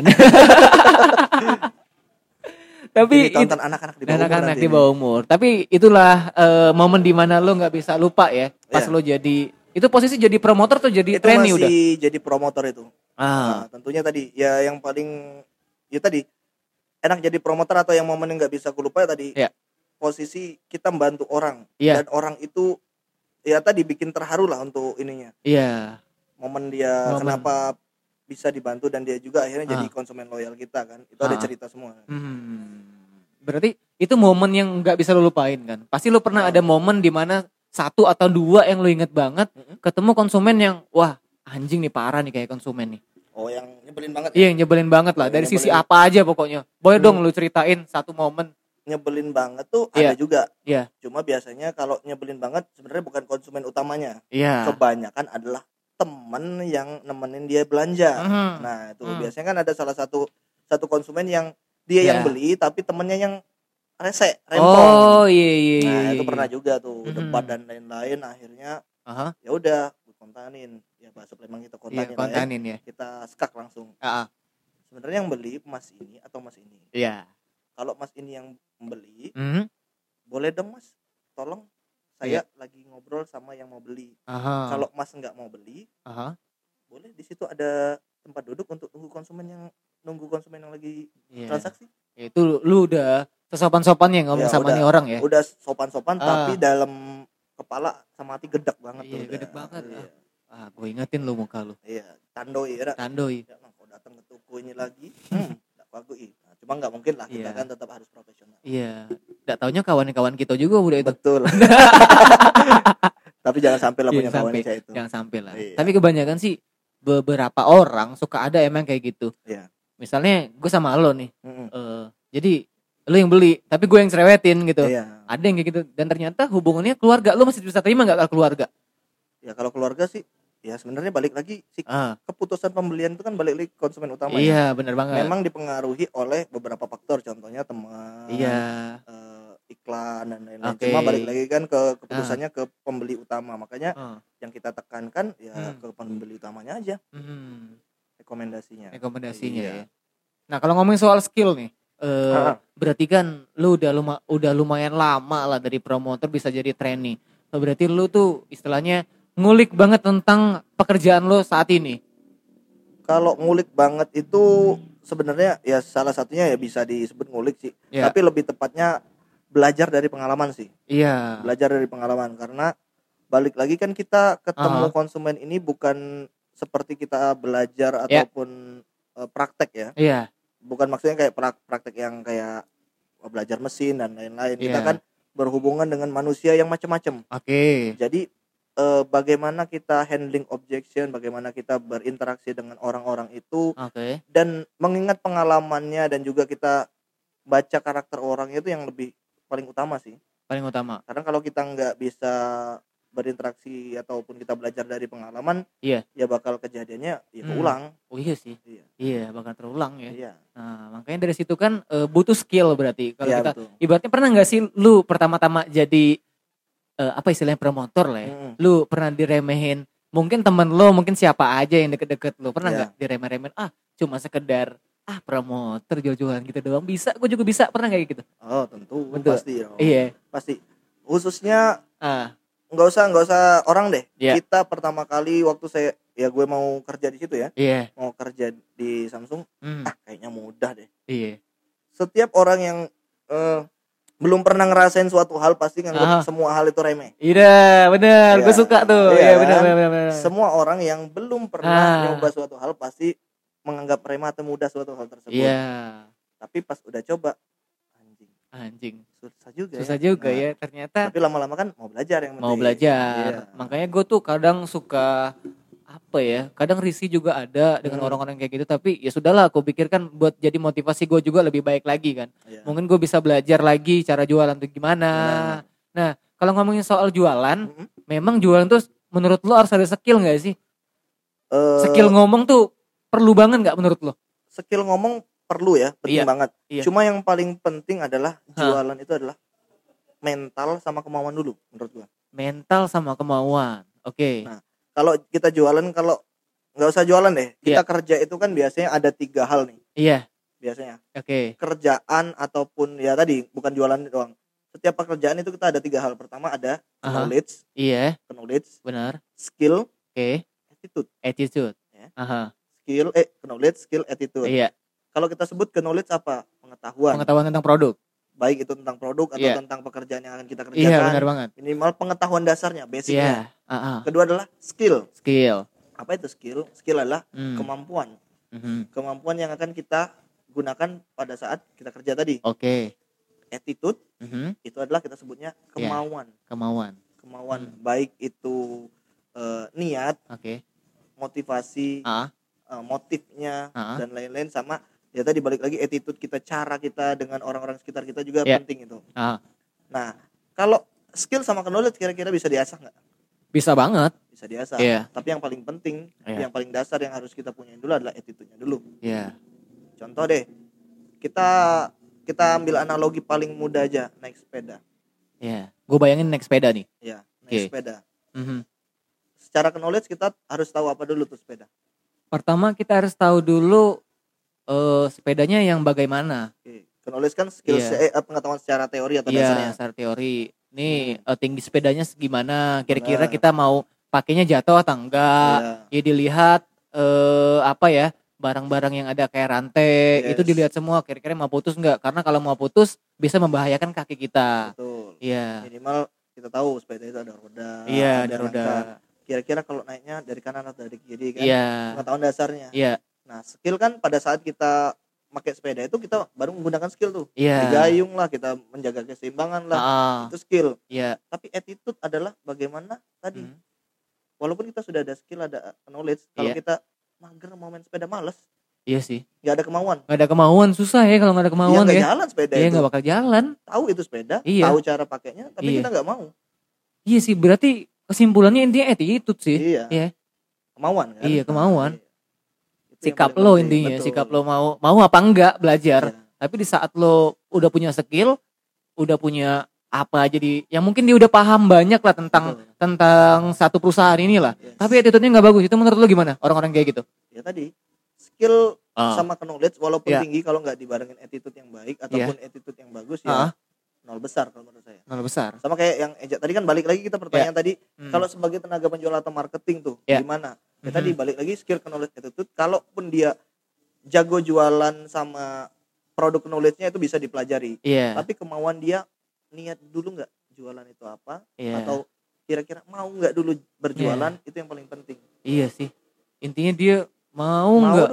Tapi tonton anak-anak di bawah umur. Tapi itulah momen di mana lo nggak bisa lupa ya. Pas lo jadi itu posisi jadi promotor tuh jadi trainee udah. Masih jadi promotor itu. Nah, tentunya tadi ya yang paling tadi enak jadi promotor atau yang momen yang nggak bisa kulupa tadi. Posisi kita membantu orang dan orang itu tadi bikin terharu lah untuk ininya. Momen dia kenapa bisa dibantu dan dia juga akhirnya jadi konsumen loyal kita kan. Itu ada cerita semua. Berarti itu momen yang nggak bisa lo lupain kan. Pasti lo pernah ada momen di mana satu atau dua yang lu inget banget, ketemu konsumen yang wah anjing nih parah nih kayak konsumen nih. Oh, yang nyebelin banget Iya, yang nyebelin banget lah. Dari sisi apa aja pokoknya. Boleh dong lu ceritain satu momen. Nyebelin banget tuh ada juga. Iya. Cuma biasanya kalau nyebelin banget sebenarnya bukan konsumen utamanya. Iya. Kebanyakan adalah temen yang nemenin dia belanja. Nah, itu biasanya kan ada salah satu konsumen yang dia yang beli tapi temennya yang rempong. Oh, iya. Nah, itu pernah juga tuh, debat dan lain-lain, akhirnya ya udah kontanin. Ya bahasa Palembang kita kontanin, ya. Kita skak langsung. Sebenarnya yang beli mas ini atau mas ini? Iya. Kalau mas ini yang membeli, boleh dong mas, tolong saya lagi ngobrol sama yang mau beli. Kalau mas nggak mau beli, boleh di situ ada tempat duduk untuk nunggu konsumen yang lagi transaksi. Itu lu udah sesopan-sopannya ngomong sama nih orang ya. Udah sopan-sopan tapi dalam kepala sama hati gedek banget. Iya, gedek banget. Gue ingetin lu muka lu. Iya, tandoi. Ya, kalau datang ke toko ini lagi, enggak bagus. Nah, cuma enggak mungkin lah, kita kan tetap harus profesional. Iya. Enggak taunya kawan-kawan kita juga udah itu. Betul. Tapi jangan sampai lah punya kawan kayak itu. Jangan sampai lah. Iya. Tapi kebanyakan sih beberapa orang suka ada emang kayak gitu. Iya. Misalnya gue sama lo nih. Jadi lo yang beli, tapi gue yang cerewetin gitu. Iya. Ada yang kayak gitu dan ternyata hubungannya keluarga. Lo masih bisa terima enggak kalau keluarga? Ya kalau keluarga sih ya sebenarnya balik lagi sih keputusan pembelian itu kan balik lagi konsumen utama. Iya, benar banget. Memang dipengaruhi oleh beberapa faktor, contohnya teman, iklan dan lain-lain. Cuma balik lagi kan ke keputusannya ke pembeli utama. Makanya yang kita tekankan ya ke pembeli utamanya aja. Rekomendasinya ya. Nah, kalau ngomongin soal skill nih, berarti kan lu udah lumayan lama lah dari promotor bisa jadi trainee. Berarti lu tuh istilahnya ngulik banget tentang pekerjaan lo saat ini. Kalau ngulik banget itu sebenarnya ya salah satunya ya bisa disebut ngulik sih. Tapi lebih tepatnya belajar dari pengalaman sih. Iya. Belajar dari pengalaman karena balik lagi kan kita ketemu konsumen ini bukan seperti kita belajar ataupun praktek ya. Iya. Bukan maksudnya kayak praktek yang kayak belajar mesin dan lain-lain. Kita kan berhubungan dengan manusia yang macam-macam. Jadi bagaimana kita handling objection, bagaimana kita berinteraksi dengan orang-orang itu, dan mengingat pengalamannya dan juga kita baca karakter orang itu yang lebih paling utama sih. Paling utama. Karena kalau kita nggak bisa berinteraksi ataupun kita belajar dari pengalaman, ya bakal kejadiannya ya keulang. Oh iya sih. Iya, bakal terulang ya. Iya. Nah, makanya dari situ kan butuh skill berarti. Kalau kita betul. Ibaratnya pernah nggak sih lu pertama-tama jadi apa istilahnya promotor lah ya. Lu pernah diremehin, mungkin temen lu, mungkin siapa aja yang deket-deket lu, pernah gak diremeh-remehin, cuma sekedar promotor jual-jualan gitu doang, bisa, gue juga bisa, pernah gak gitu? Oh tentu, pasti ya. Iya. Pasti, khususnya nggak usah orang deh. Kita pertama kali waktu gue mau kerja di situ ya, mau kerja di Samsung, kayaknya mudah deh. Iya. Setiap orang yang belum pernah ngerasain suatu hal pasti nganggap semua hal itu remeh. Iya, benar. Gue suka tuh. Iya, benar. Semua orang yang belum pernah nyoba suatu hal pasti menganggap remeh atau mudah suatu hal tersebut. Iya. Tapi pas udah coba, anjing. Susah juga ya ternyata. Tapi lama-lama kan mau belajar yang penting. Mau belajar. Makanya gue tuh kadang suka kadang risih juga ada dengan orang-orang kayak gitu, tapi ya sudahlah, aku pikirkan buat jadi motivasi gue juga lebih baik lagi kan. Mungkin gue bisa belajar lagi cara jualan tuh gimana. Nah, kalau ngomongin soal jualan, memang jualan tuh menurut lo harus ada skill gak sih? Skill ngomong tuh perlu banget gak menurut lo? Skill ngomong perlu ya, penting banget. Cuma yang paling penting adalah jualan itu adalah mental sama kemauan dulu menurut gue. Mental sama kemauan, oke. Nah, kalau kita jualan, kalau nggak usah jualan deh, kita kerja itu kan biasanya ada 3 hal nih. Iya. Biasanya. Oke. Kerjaan ataupun ya tadi bukan jualan doang. Setiap pekerjaan itu kita ada 3 hal. Pertama ada knowledge. Iya. Knowledge. Benar. Skill. Oke. Attitude. Ya. Skill, knowledge, skill, attitude. Iya. Kalau kita sebut knowledge apa? Pengetahuan tentang produk. Baik itu tentang produk atau tentang pekerjaan yang akan kita kerjakan. Iya, benar banget. Minimal pengetahuan dasarnya, basicnya. Iya. Kedua adalah skill. Apa itu skill? Skill adalah kemampuan. Kemampuan yang akan kita gunakan pada saat kita kerja tadi. Oke. Attitude itu adalah kita sebutnya kemauan. Kemauan kemauan baik itu niat, motivasi, motifnya dan lain-lain, sama ya tadi balik lagi attitude kita, cara kita dengan orang-orang sekitar kita juga penting itu. Nah, kalau skill sama knowledge kira-kira bisa diasah nggak? Bisa banget. Bisa diasah. Tapi yang paling penting, yang paling dasar yang harus kita punya dulu adalah attitude-nya dulu. Contoh deh, kita ambil analogi paling mudah aja, naik sepeda. Gue bayangin naik sepeda nih. Naik sepeda. Secara knowledge kita harus tahu apa dulu tuh sepeda? Pertama kita harus tahu dulu sepedanya yang bagaimana. Knowledge kan skill pengetahuan secara teori atau dasarnya. Secara teori. Nih tinggi sepedanya segimana? Kira-kira kita mau pakainya jatuh atau enggak? Ya dilihat barang-barang yang ada kayak rantai itu dilihat semua. Kira-kira mau putus enggak? Karena kalau mau putus bisa membahayakan kaki kita. Betul. Minimal kita tahu sepeda itu ada roda. Ada roda. Kira-kira kalau naiknya dari kanan atau dari kiri kan? Pengetahuan dasarnya. Nah, skill kan pada saat kita pakai sepeda itu kita baru menggunakan skill tuh. Digayung lah, kita menjaga keseimbangan lah. Itu skill. Tapi attitude adalah bagaimana tadi. Walaupun kita sudah ada skill, ada knowledge, kalau kita mager mau main sepeda, males. Iya sih. Gak ada kemauan. Susah ya kalau gak ada kemauan gak jalan sepeda itu. Gak bakal jalan. Tahu itu sepeda, tahu cara pakainya, tapi kita gak mau. Iya sih, berarti kesimpulannya intinya attitude sih. Kemauan kan. Kemauan. Sikap lo intinya, betul. Sikap lo mau apa enggak belajar. Tapi di saat lo udah punya skill, udah punya apa aja yang mungkin dia udah paham banyak lah tentang satu perusahaan inilah. Tapi attitude-nya enggak bagus. Itu menurut lo gimana? Orang-orang kayak gitu. Ya tadi, skill sama knowledge walaupun tinggi, kalau enggak dibarengin attitude yang baik ataupun attitude yang bagus nol besar kalau menurut saya. Nol besar. Sama kayak yang Eja tadi kan, balik lagi kita pertanyaan tadi, kalau sebagai tenaga penjual atau marketing tuh gimana? Tadi balik lagi skill, knowledge, attitude. Kalaupun dia jago jualan sama produk knowledge-nya itu bisa dipelajari. Tapi kemauan dia, niat dulu nggak jualan itu apa? Atau kira-kira mau nggak dulu berjualan, itu yang paling penting. Iya sih. Intinya dia mau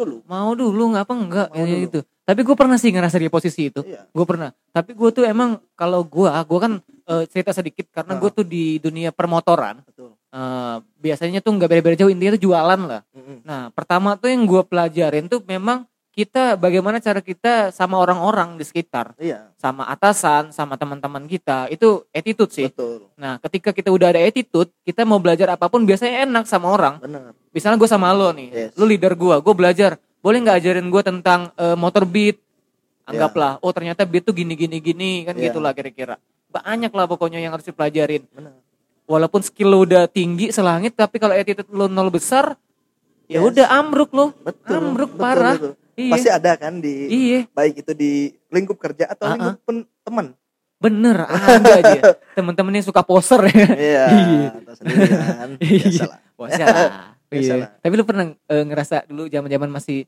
dulu nggak apa enggak gitu. Tapi gue pernah sih ngerasa di posisi itu. Gue pernah. Tapi gue tuh emang kalau gue kan cerita sedikit karena gue tuh di dunia permotoran. Betul. Biasanya tuh nggak beda-beda jauh, intinya tuh jualan lah. Nah pertama tuh yang gue pelajarin tuh memang kita bagaimana cara kita sama orang-orang di sekitar, sama atasan, sama teman-teman kita, itu attitude sih. Betul. Nah ketika kita udah ada attitude, kita mau belajar apapun biasanya enak sama orang. Bener. Misalnya gue sama lo nih, lo leader gue belajar, boleh nggak ajarin gue tentang motor beat? Anggaplah, oh ternyata beat tuh gini kan gitulah kira-kira. Banyak lah pokoknya yang harus dipelajarin. Bener. Walaupun skill lo udah tinggi selangit, tapi kalau attitude lo nol besar, ya udah ambruk lo. Ambruk parah. Betul. Pasti ada kan baik itu di lingkup kerja atau lingkup teman. Bener, ada aja teman-teman yang suka poser ya. Atau sendirian. Biasalah. Tapi lu pernah ngerasa dulu zaman-zaman masih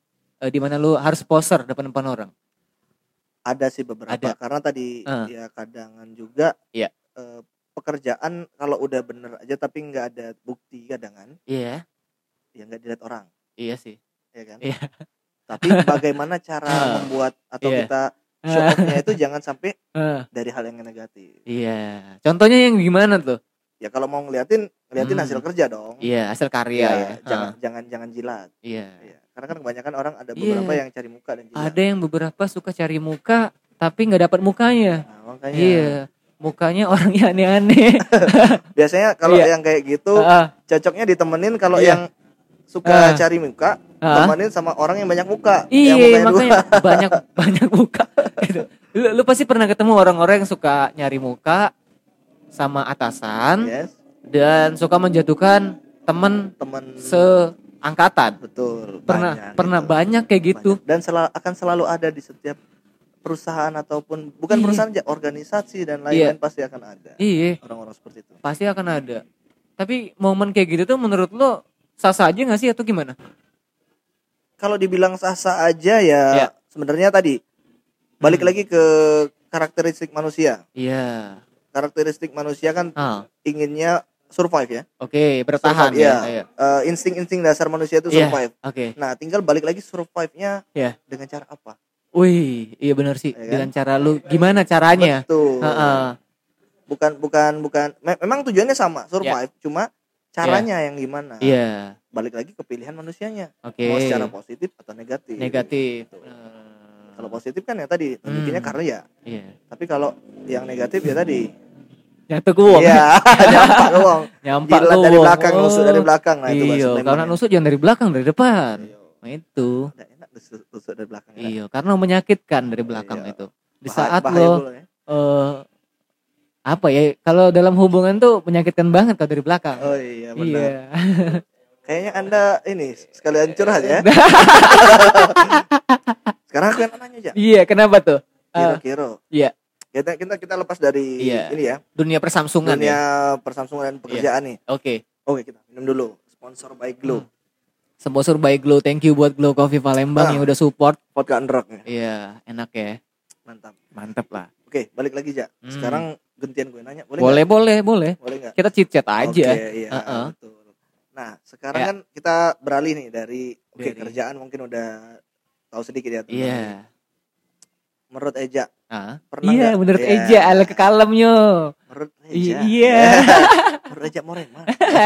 di mana lu harus poser depan orang? Ada sih beberapa. Karena tadi ya kadangan juga pekerjaan kalau udah bener aja tapi nggak ada bukti kadangan. Ya nggak dilihat orang. Iya sih. Iya kan. Tapi bagaimana cara membuat atau kita show off-nya itu jangan sampai dari hal yang negatif. Contohnya yang gimana tuh? Ya kalau mau ngeliatin hasil kerja dong. Hasil karya. Jangan jilat. Karena kan kebanyakan orang ada beberapa yang cari muka dan jilat. Ada yang beberapa suka cari muka tapi nggak dapat mukanya. Nah, makanya. Mukanya orang yang aneh-aneh. Biasanya kalau yang kayak gitu cocoknya ditemenin kalau yang suka cari muka, temenin sama orang yang banyak muka. Makanya banyak muka. Gitu. Lu pasti pernah ketemu orang-orang yang suka nyari muka sama atasan dan suka menjatuhkan teman seangkatan. Betul. Pernah banyak kayak gitu. Dan akan selalu ada di setiap perusahaan ataupun bukan perusahaan aja, organisasi dan lain-lain pasti akan ada. Orang-orang seperti itu. Pasti akan ada. Tapi momen kayak gitu tuh menurut lo sah-sah aja nggak sih atau gimana? Kalau dibilang sah-sah aja ya sebenarnya tadi balik lagi ke karakteristik manusia. Karakteristik manusia kan inginnya survive ya. Oke, bertahan ya. Insting-insting dasar manusia itu survive. Nah, tinggal balik lagi survive-nya dengan cara apa? Wih, iya benar sih. Dengan cara lu gimana caranya? Betul. Memang tujuannya sama, survive, cuma caranya yang gimana. Iya. Balik lagi ke pilihan manusianya. Oke. Mau secara positif atau negatif. Negatif. Kalau positif kan ya tadi tunjukinnya karya. Iya. Tapi kalau yang negatif ya tadi nyatu kuwong. Iya, nyampak kuwong. Nyampak Gila dari belakang, nusuk dari belakang. Nah itu iya, karena nusuk jangan dari belakang, dari depan. Iya. Nah itu. Nggak enak nusuk dari belakang. Iya, karena menyakitkan dari belakang itu. Di saat lo apa ya, kalau dalam hubungan tuh menyakitkan banget kalau dari belakang. Oh iya benar. Iya. Kayaknya Anda ini sekalian curhat ya. Sekarang aku yang nanya aja. Iya, kenapa tuh? Kira-kira. Iya. Kita lepas dari ini ya. Dunia persamsungan. Dunia persamsungan dan pekerjaan nih. Oke, kita minum dulu. Sponsor by Glow. Sponsor by Glow. Thank you buat Glow Coffee Palembang yang udah support. Vodka Androck ya. Iya, enak ya. Mantap lah. Oke, balik lagi Ja. Sekarang gantian gue nanya, boleh? Boleh Enggak? Kita chit-chat aja. Iya, betul. Nah, sekarang kan kita beralih nih dari kerjaan mungkin udah tahu sedikit ya tentang. Iya. Menurut Eja. Pernah iya, menurut Eja ala kekalemnya. Menurut Eja. Iya. Menurut Eja Moreman.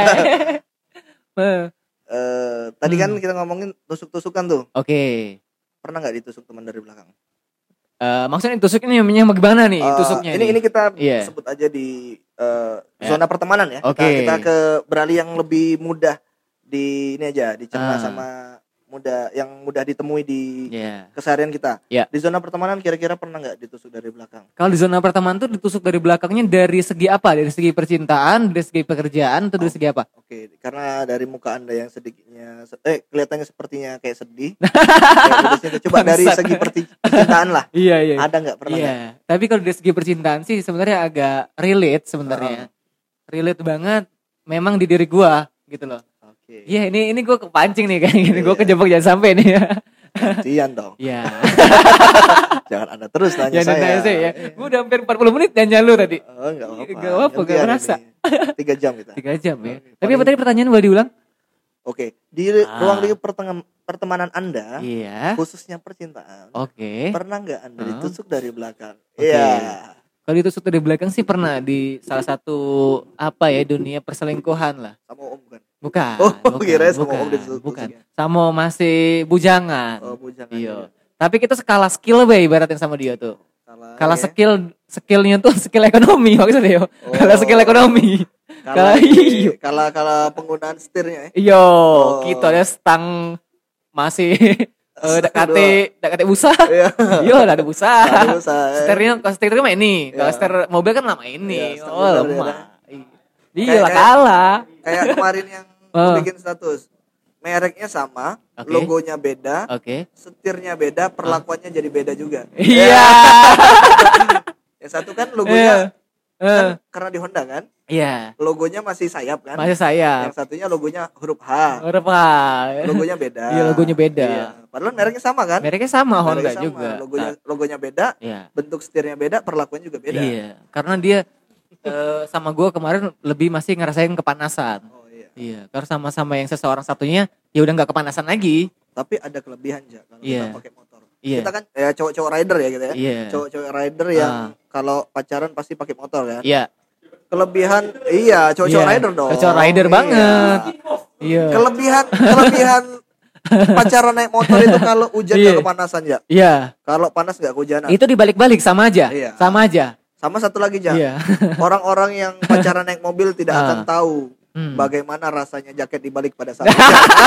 Tadi kan kita ngomongin tusuk-tusukan tuh. Oke. Pernah enggak ditusuk teman dari belakang? Maksudnya tusuknya bagaimana nih tusuknya? Ini kita sebut aja di zona pertemanan ya. Kita ke beralih yang lebih mudah di ini aja, dicerna sama mudah ditemui di keseharian kita. Di zona pertemanan kira-kira pernah nggak ditusuk dari belakang? Kalau di zona pertemanan tuh ditusuk dari belakangnya dari segi apa? Dari segi percintaan, dari segi pekerjaan, atau dari segi apa? Oke, karena dari muka Anda yang sedikitnya kelihatannya sepertinya kayak sedih. Coba dari segi percintaan lah. Iya. Ada nggak pernah? Iya. Tapi kalau dari segi percintaan sih sebenarnya agak relate sebenarnya. Relate banget memang di diri gua gitu loh. Iya, ini gue kepancing nih kayak gini. Gue kejebak jangan sampai nih. Gantian dong. Iya. Jangan Anda terus nanya saya. Ya. Gue udah hampir 40 menit nanya lu tadi. Oh, enggak apa-apa. Enggak apa-apa, enggak merasa. 3 jam kita. 3 jam ya. Tapi apa tadi pertanyaan boleh diulang? Oke, di ruang lingkup pertemanan Anda, khususnya percintaan. Pernah enggak Anda ditusuk dari belakang? Iya. Kalau ditusuk dari belakang sih pernah di salah satu dunia perselingkuhan lah. Sama Om kan? Bukan. Kira sama Om ditusuk. Bukan. Sama masih bujangan. Oh, bujangan. Iya. Tapi kita skala skill ibaratin sama dia tuh. Kalau skillnya tuh skill ekonomi maksudnya yo. Kalau skill ekonomi. Kalau penggunaan setirnya ya. Iya, kita ya stang masih dekati busa. Iya, ada busa. Setirnya mah ini. Kalau setir mobil kan lama ini. Lemah. Iya lah kalah. Kayak kemarin yang bikin status. Mereknya sama, logonya beda, setirnya beda, perlakuannya jadi beda juga. Iya. Yang satu kan logonya kan karena di Honda kan? Iya. Logonya masih sayap kan? Masih sayap. Yang satunya logonya huruf H. Logonya beda. Iya, logonya beda. Iya. Padahal mereknya sama kan? Mereknya sama, Honda juga. Logonya beda, bentuk setirnya beda, perlakuannya juga beda. Iya. Karena dia sama gue kemarin lebih masih ngerasain kepanasan. Iya, karena sama-sama yang seseorang satunya ya udah nggak kepanasan lagi. Tapi ada kelebihan aja kalau kita pakai motor. Iya. Kita kan cowok-cowok rider ya gitu ya. Iya. Cowok-cowok rider yang kalau pacaran pasti pakai motor kan. Iya. Kelebihan cowok-cowok rider dong. Cowok rider banget. Iya. Kelebihan pacaran naik motor itu kalau hujan nggak kepanasan ya. Iya. Kalau panas nggak kehujanan. Itu dibalik-balik sama aja. Iya. Sama aja. Sama satu lagi ja. Iya. Orang-orang yang pacaran naik mobil tidak akan tahu bagaimana rasanya jaket dibalik pada saat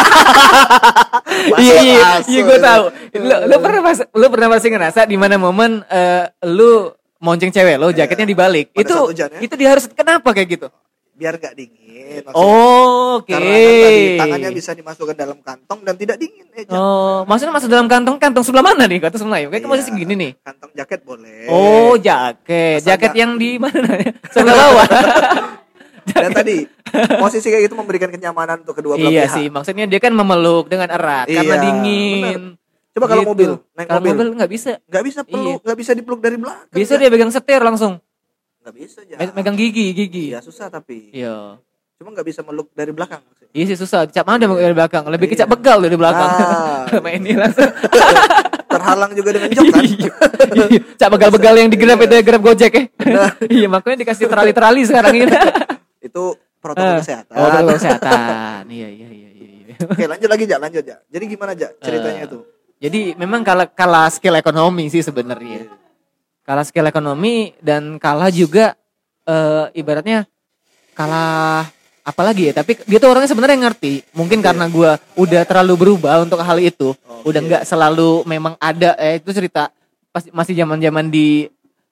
Iya, gue tahu. Lu pernah masih ngerasa di mana momen lu monceng cewek lo jaketnya dibalik. Itu dia harus kenapa kayak gitu? Biar gak dingin. Oke. Karena tadi tangannya bisa dimasukkan dalam kantong dan tidak dingin. Maksudnya masuk dalam kantong sebelah mana nih? Kantong sebelah ya? Kayak masih segini nih. Kantong jaket boleh. Oh, jaket. Jaket yang di mana? Sebelah bawah. Dan tadi posisi kayak gitu memberikan kenyamanan untuk kedua belah Iya pihak. sih, maksudnya dia kan memeluk dengan erat karena dingin. Bener. Coba kalau mobil, naik mobil nggak bisa. Nggak bisa peluk, nggak bisa dipeluk dari belakang. Bisa dia pegang setir langsung. Nggak bisa aja. Megang gigi. Iya susah tapi. Iya. Cuma nggak bisa meluk dari belakang. Iya sih susah. Cap mana dari belakang? Lebih kecap begal dari belakang. Main ini langsung. terhalang juga dengan jok kan. Cak begal-begal yang digrab itu Grab Gojek ya. Iya, makanya dikasih terali-terali sekarang ini. Itu protokol kesehatan. Oh, protokol kesehatan. Iya. Oke, lanjut Ja. Jadi gimana Ja ceritanya itu? Jadi memang kalah skill ekonomi sih sebenarnya. Kalah skill ekonomi dan kalah juga ibaratnya kalah apalagi ya, tapi dia tuh orangnya sebenarnya ngerti. Mungkin karena gue udah terlalu berubah untuk hal itu. Udah nggak selalu memang ada itu cerita pas masih zaman-zaman di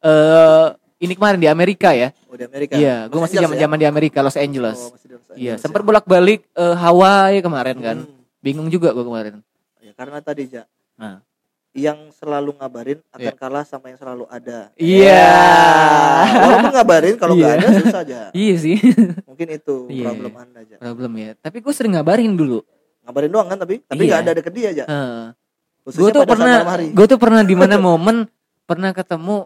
ini kemarin di Amerika ya. Oh, di Amerika. Iya, gue masih zaman-zaman di Amerika, Los Angeles. Oh, masih di Los Angeles. Iya, sempat bolak-balik Hawaii kemarin kan. Bingung juga gue kemarin. Ya karena tadi Ja. Nah. Yang selalu ngabarin akan kalah sama yang selalu ada. Iya. Walaupun ngabarin kalau nggak ada susah aja. Iya sih. Mungkin itu problem Anda aja. Problem ya. Tapi gue sering ngabarin dulu. Ngabarin doang kan tapi nggak ada deket dia aja. Gue tuh pernah di mana momen pernah ketemu.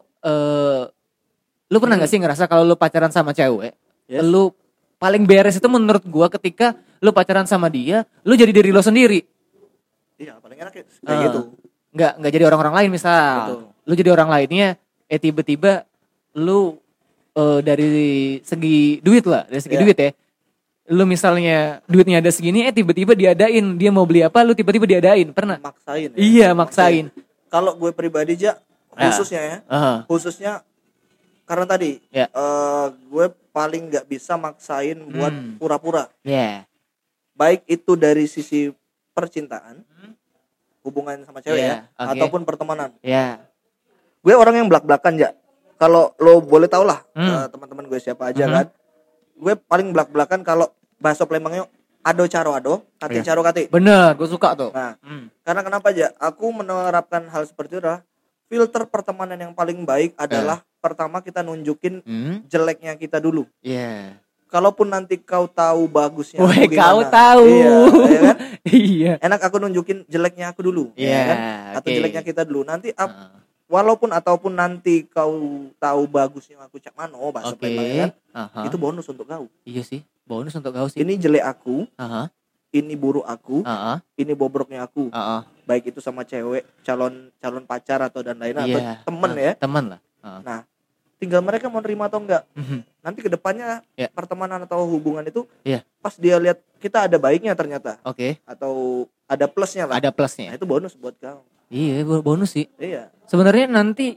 Lu pernah nggak sih ngerasa kalau lu pacaran sama cewek, lu paling beres itu menurut gue ketika lu pacaran sama dia, lu jadi diri lo sendiri. Iya, paling enak kayak gitu. Nggak jadi orang-orang lain misal. Betul. Lu jadi orang lainnya, tiba-tiba lu dari segi duit duit ya. Lu misalnya duitnya ada segini, tiba-tiba diadain, dia mau beli apa, lu tiba-tiba diadain, pernah? Maksain. Ya? Iya, maksain. Kalau gue pribadi khususnya khususnya karena tadi gue paling nggak bisa maksain buat pura-pura. Baik itu dari sisi percintaan, hubungan sama cewek ataupun pertemanan. Gue orang yang belak-belakan kalau lo boleh tau lah teman-teman gue siapa aja kan, gue paling belak-belakan kalau bahasa Palembangnya ado caro ado, kate caro kate. Bener, gue suka tuh. Nah, karena kenapa aku menerapkan hal seperti itu adalah filter pertemanan yang paling baik adalah pertama kita nunjukin jeleknya kita dulu. Kalaupun nanti kau tahu bagusnya aku gimana. Kau tahu. Iya kan? Iya. Enak aku nunjukin jeleknya aku dulu, ya kan? Atau jeleknya kita dulu. Nanti walaupun ataupun nanti kau tahu bagusnya aku cak mano bahasa Palembang kan. Itu bonus untuk kau. Iya sih, bonus untuk kau sih. Ini jelek aku. Ini buruk aku. Ini bobroknya aku. Baik itu sama cewek, calon pacar atau dan lain atau temen ya. Temen lah. Nah, tinggal mereka mau nerima atau enggak. Nanti kedepannya pertemanan atau hubungan itu pas dia lihat kita ada baiknya ternyata. Atau ada plusnya lah. Ada plusnya. Nah, itu bonus buat kau. Iya, bonus sih. Iya. Sebenarnya nanti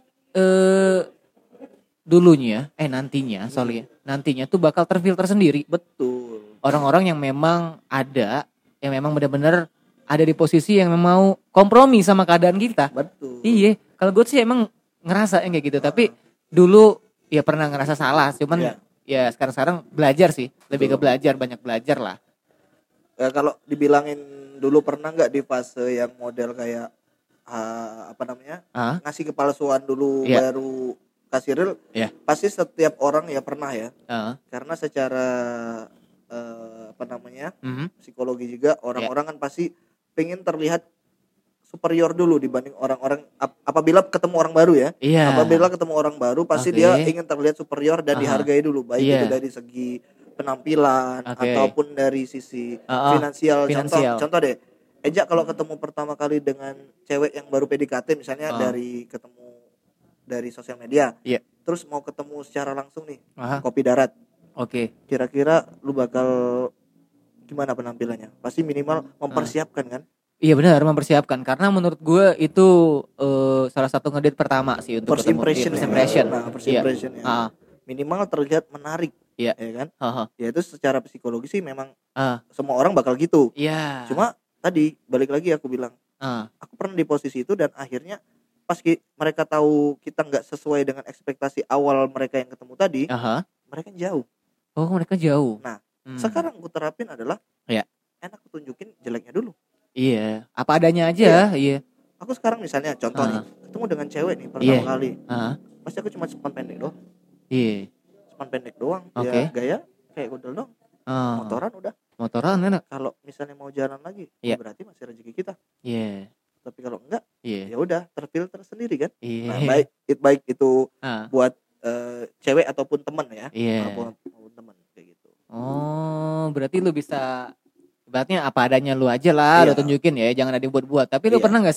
nantinya tuh bakal terfilter sendiri. Betul. Orang-orang yang memang benar-benar ada di posisi yang mau kompromi sama keadaan kita. Betul. Iya, kalau gue sih emang ngerasa kayak gitu, tapi dulu ya pernah ngerasa salah, cuman ya sekarang belajar sih, lebih ke belajar, banyak belajar lah. Kalau dibilangin dulu pernah nggak di fase yang model kayak ngasih kepalsuan dulu baru kasih real, pasti setiap orang ya pernah ya, karena secara psikologi juga orang-orang kan pasti pengen terlihat superior dulu dibanding orang-orang apabila ketemu orang baru ya. Apabila ketemu orang baru pasti dia ingin terlihat superior dan dihargai dulu, baik itu dari segi penampilan ataupun dari sisi finansial. Contoh deh, Eja kalau ketemu pertama kali dengan cewek yang baru PDKT misalnya dari sosial media, terus mau ketemu secara langsung nih, kopi darat. Kira-kira lu bakal gimana penampilannya? Pasti minimal mempersiapkan kan? Iya benar, mempersiapkan, karena menurut gue itu salah satu ngedate pertama sih untuk first impression. Ya. Minimal terlihat menarik, ya kan? Ya itu secara psikologi sih memang semua orang bakal gitu. Cuma tadi balik lagi aku bilang, aku pernah di posisi itu dan akhirnya pas mereka tahu kita nggak sesuai dengan ekspektasi awal mereka yang ketemu tadi, mereka jauh. Mereka jauh. Nah, sekarang aku terapin adalah enak aku tunjukin jeleknya dulu. Iya, apa adanya aja. Iya. Aku sekarang misalnya contoh nih, ketemu dengan cewek nih pertama kali. Pasti aku cuma sepan pendek doang. Sepan pendek doang. Ya gaya kayak godel doang. Motoran udah. Motoran enak. Kalau misalnya mau jalan lagi, berarti masih rezeki kita. Tapi kalau enggak, ya udah terfilter sendiri kan. Nah, baik itu buat cewek ataupun teman ya. Ataupun teman kayak gitu. Berarti lu bisa ibaratnya apa adanya lu aja lah, lu tunjukin ya, jangan ada yang buat-buat. Tapi lu pernah gak sih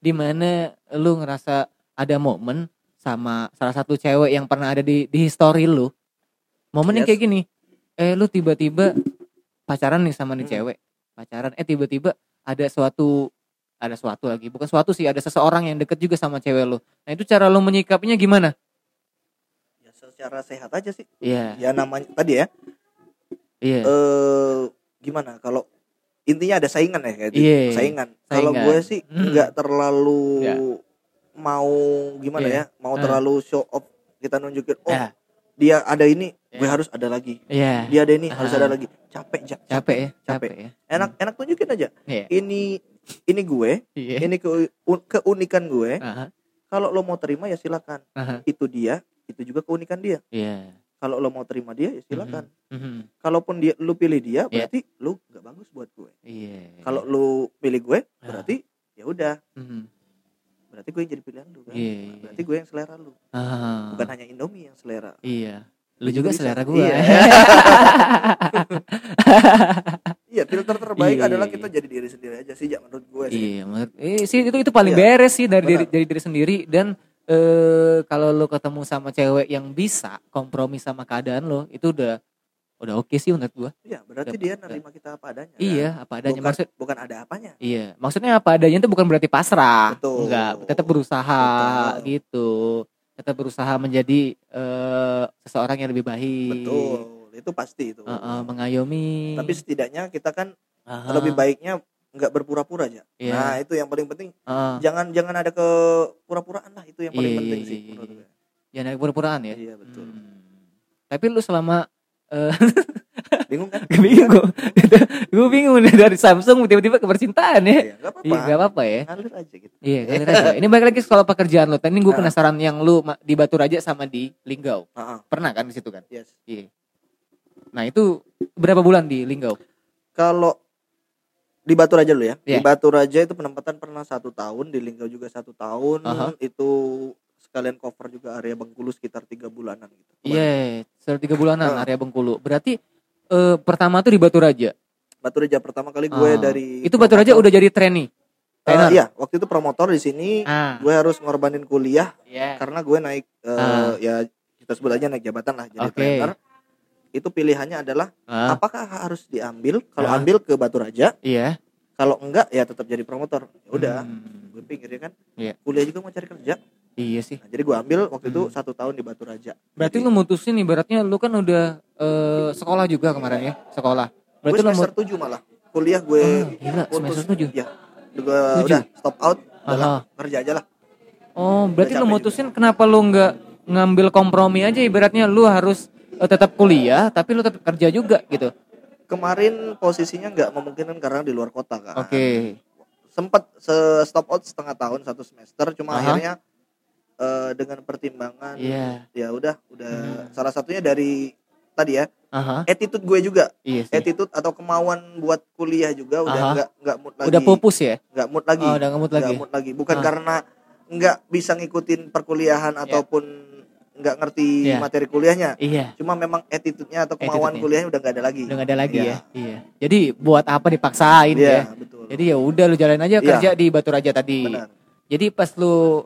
dimana lu ngerasa ada momen sama salah satu cewek yang pernah ada di history lu. Momen yang kayak gini, lu tiba-tiba pacaran nih sama nih cewek, pacaran, tiba-tiba ada suatu lagi, bukan suatu sih, ada seseorang yang deket juga sama cewek lu. Nah itu cara lu menyikapinya gimana? Ya secara sehat aja sih. Iya. Ya namanya tadi ya. Iya. Gimana kalau intinya ada saingan ya kayak saingan. Kalau gue sih nggak terlalu mau gimana ya, mau terlalu show off, kita nunjukin dia ada ini, gue harus ada lagi. Dia ada ini, harus ada lagi. Capek ya. Enak tunjukin aja. Ini gue, ini keunikan gue. Kalau lo mau terima ya silakan. Itu dia, itu juga keunikan dia. Kalau lo mau terima dia ya silakan. Kalaupun lu pilih dia, berarti lu nggak bagus buat gue. Kalau lu pilih gue, berarti ya udah. Berarti gue yang jadi pilihan lu kan. Berarti gue yang selera lu. Bukan hanya Indomie yang selera. Lu juga selera gue. Iya, filter terbaik adalah kita jadi diri sendiri aja sih, menurut gue sih. Sih itu paling beres sih dari diri sendiri. Dan kalau lu ketemu sama cewek yang bisa kompromi sama keadaan lo, itu udah oke sih menurut gua. Iya, berarti dia nerima kita apa adanya. Iya, kan? Apa adanya. Bukan ada apanya. Iya, maksudnya apa adanya itu bukan berarti pasrah. Betul. Enggak, tetap berusaha. Betul. Gitu. Tetap berusaha menjadi seseorang yang lebih baik. Betul, itu pasti itu. Mengayomi. Tapi setidaknya kita kan lebih baiknya nggak berpura-pura aja. Nah, itu yang paling penting. Jangan ada kepura-puraan lah, itu yang paling penting sih menurut gue. Jangan ada kepura-puraan ya. Iya, betul. Tapi lu selama bingung kan? Gue bingung nih, dari Samsung tiba-tiba ke percintaan ya. Gak apa-apa ya. Ngalir aja gitu. Iya, ngalir aja. Ini balik lagi soal pekerjaan lo. Tadi gue penasaran yang lu di Baturaja sama di Linggau. Pernah kan di situ kan? Yes. Iya. Nah, itu berapa bulan di Linggau? Kalau di Baturaja dulu ya. Di Baturaja itu penempatan pernah 1 tahun, di Linggau juga 1 tahun. Itu sekalian cover juga area Bengkulu sekitar 3 bulanan gitu. Iya, sekitar 3 bulanan area Bengkulu. Berarti pertama tuh di Baturaja. Baturaja pertama kali gue dari. Itu Baturaja udah jadi trainee. Iya, waktu itu promotor di sini. Gue harus ngorbanin kuliah karena gue naik ya kita sebut aja naik jabatan lah jadi trainer. Itu pilihannya adalah apakah harus diambil? Kalau ambil ke Baturaja. Iya. Kalau enggak ya tetap jadi promotor. Ya udah. Gue pikir ya kan. Kuliah juga mau cari kerja. Iya sih. Nah, jadi gue ambil waktu itu 1 tahun di Baturaja. Berarti lu mutusin ibaratnya lu kan udah sekolah juga kemarin ya, sekolah. Berarti gue semester 7 malah. Kuliah gue gila, semester 7. Ya. Gue udah stop out, udah kerja aja lah. Oh, berarti lu mutusin juga. Kenapa lu enggak ngambil kompromi aja, ibaratnya lu harus tetap kuliah tapi lu tetap kerja juga gitu. Kemarin posisinya enggak memungkinkan karena di luar kota kan. Oke. Sempat stop out setengah tahun 1 semester, cuma akhirnya dengan pertimbangan ya udah salah satunya dari tadi ya attitude gue juga. Attitude atau kemauan buat kuliah juga udah nggak mood lagi, udah pupus ya, nggak mood lagi, udah nggak mood lagi. Bukan karena nggak bisa ngikutin perkuliahan ataupun nggak ngerti materi kuliahnya, cuma memang attitude-nya atau kemauan kuliahnya udah nggak ada lagi ya. Jadi buat apa dipaksain ya, betul. Jadi ya udah lu jalanin aja kerja di Baturaja tadi. Benar. Jadi pas lu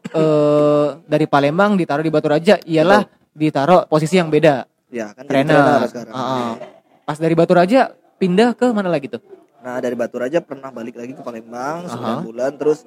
dari Palembang ditaruh di Baturaja, iyalah ditaruh posisi yang beda. Ya, kan trainer sekarang. Pas dari Baturaja pindah ke mana lagi tuh? Nah, dari Baturaja pernah balik lagi ke Palembang 9 bulan, terus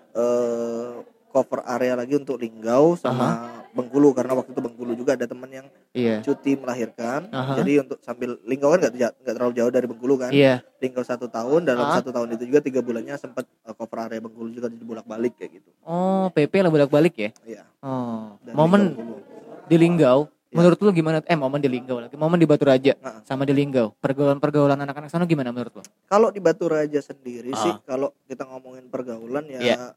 cover area lagi untuk Linggau sama Bengkulu, karena waktu itu Bengkulu juga ada teman yang cuti melahirkan. Jadi untuk sambil Linggau kan nggak terlalu jauh dari Bengkulu kan. Linggau 1 tahun, dalam 1 tahun itu juga 3 bulannya sempat cover area Bengkulu juga, bolak-balik kayak gitu. Oh, PP lah bolak-balik ya? Iya. Oh, momen di Linggau. Menurut lu gimana? Momen di Linggau lagi. Momen di Baturaja sama di Linggau. Pergaulan anak-anak sana gimana menurut lu? Kalau di Baturaja sendiri sih, kalau kita ngomongin pergaulan ya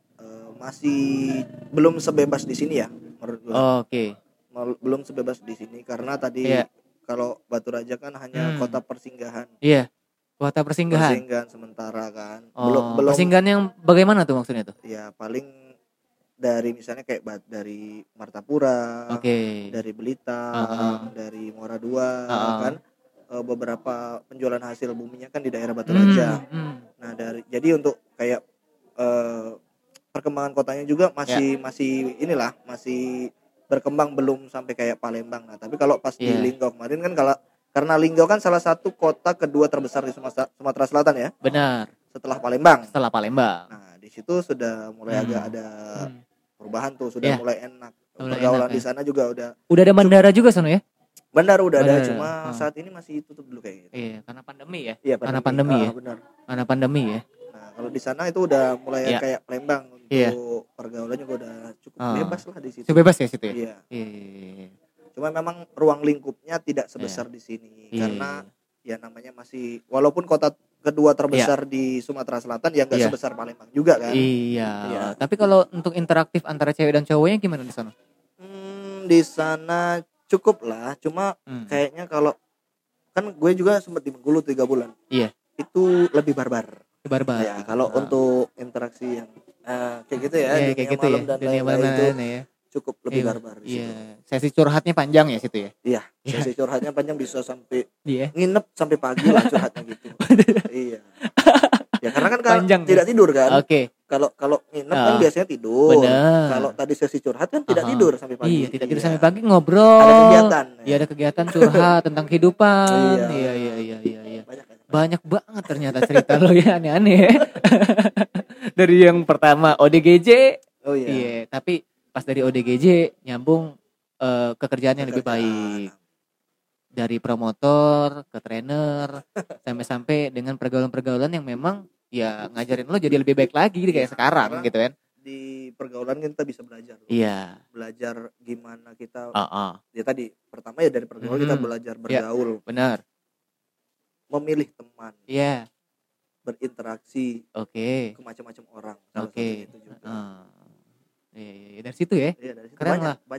masih belum sebebas di sini ya menurut gue. Oke. Belum sebebas di sini karena tadi kalau Baturaja kan hanya kota persinggahan. Iya. Kota persinggahan. Persinggahan sementara kan. Belum persinggahan yang bagaimana tuh maksudnya tuh? Ya paling dari misalnya kayak dari Martapura, dari Blitar, dari Muara II kan. Beberapa penjualan hasil buminya kan di daerah Baturaja. Nah, jadi untuk kayak perkembangan kotanya juga masih inilah, masih berkembang, belum sampai kayak Palembang. Nah, tapi kalau pas di Linggau kemarin kan karena Linggau kan salah satu kota kedua terbesar di Sumatera Selatan ya. Benar. Setelah Palembang. Nah, di situ sudah mulai agak ada perubahan tuh, sudah mulai enak. Pergaulan di sana juga udah ada bandara juga sana ya? Bandara udah ada, cuma saat ini masih tutup dulu kayak gitu. Iya, karena pandemi ya. Iya, karena pandemi ya. Benar. Karena pandemi ya. Nah, kalau di sana itu udah mulai kayak Palembang untuk pergaulannya juga udah cukup bebas lah di situ. Cukup bebas ya situ ya. Iya. Cuma memang ruang lingkupnya tidak sebesar di sini karena ya namanya masih, walaupun kota kedua terbesar di Sumatera Selatan ya nggak sebesar Palembang juga kan. Iya. Tapi kalau untuk interaktif antara cewek dan cowoknya gimana di sana? Di sana cukup lah, cuma kayaknya kalau kan gue juga sempat di Bengkulu 3 bulan. Iya. Itu lebih barbar. Ya, kalau untuk interaksi yang kayak gitu ya, dunia kayak gitu malam dan lain-lain itu ya. Cukup lebih barbar di situ. Sesi curhatnya panjang ya situ ya. Iya, sesi curhatnya panjang, bisa sampai nginep sampai pagi lah curhatnya gitu. Iya. Ya karena kan panjang, tidak tidur kan. Oke. Kalau nginep kan biasanya tidur. Kalau tadi sesi curhat kan tidak tidur sampai pagi. Iya, tidak tidur sampai pagi, ngobrol. Ada kegiatan. Iya, ada kegiatan curhat tentang kehidupan. Iya. Banyak banget ternyata cerita lo ya, aneh-aneh ya. Dari yang pertama ODGJ. Oh iya. Iya, tapi pas dari ODGJ nyambung ke kerjaan yang lebih baik. Dari promotor ke trainer sampai dengan pergaulan-pergaulan yang memang ya ngajarin lo jadi lebih baik lagi kayak sekarang gitu kan. Di pergaulan kita bisa belajar. Iya. Belajar gimana kita. Ya tadi pertama ya dari pergaulan kita belajar bergaul. Benar. Memilih teman. Iya. Berinteraksi. Oke. Ke macam-macam orang. Oke. Iya, dari situ ya. Iya, dari situ.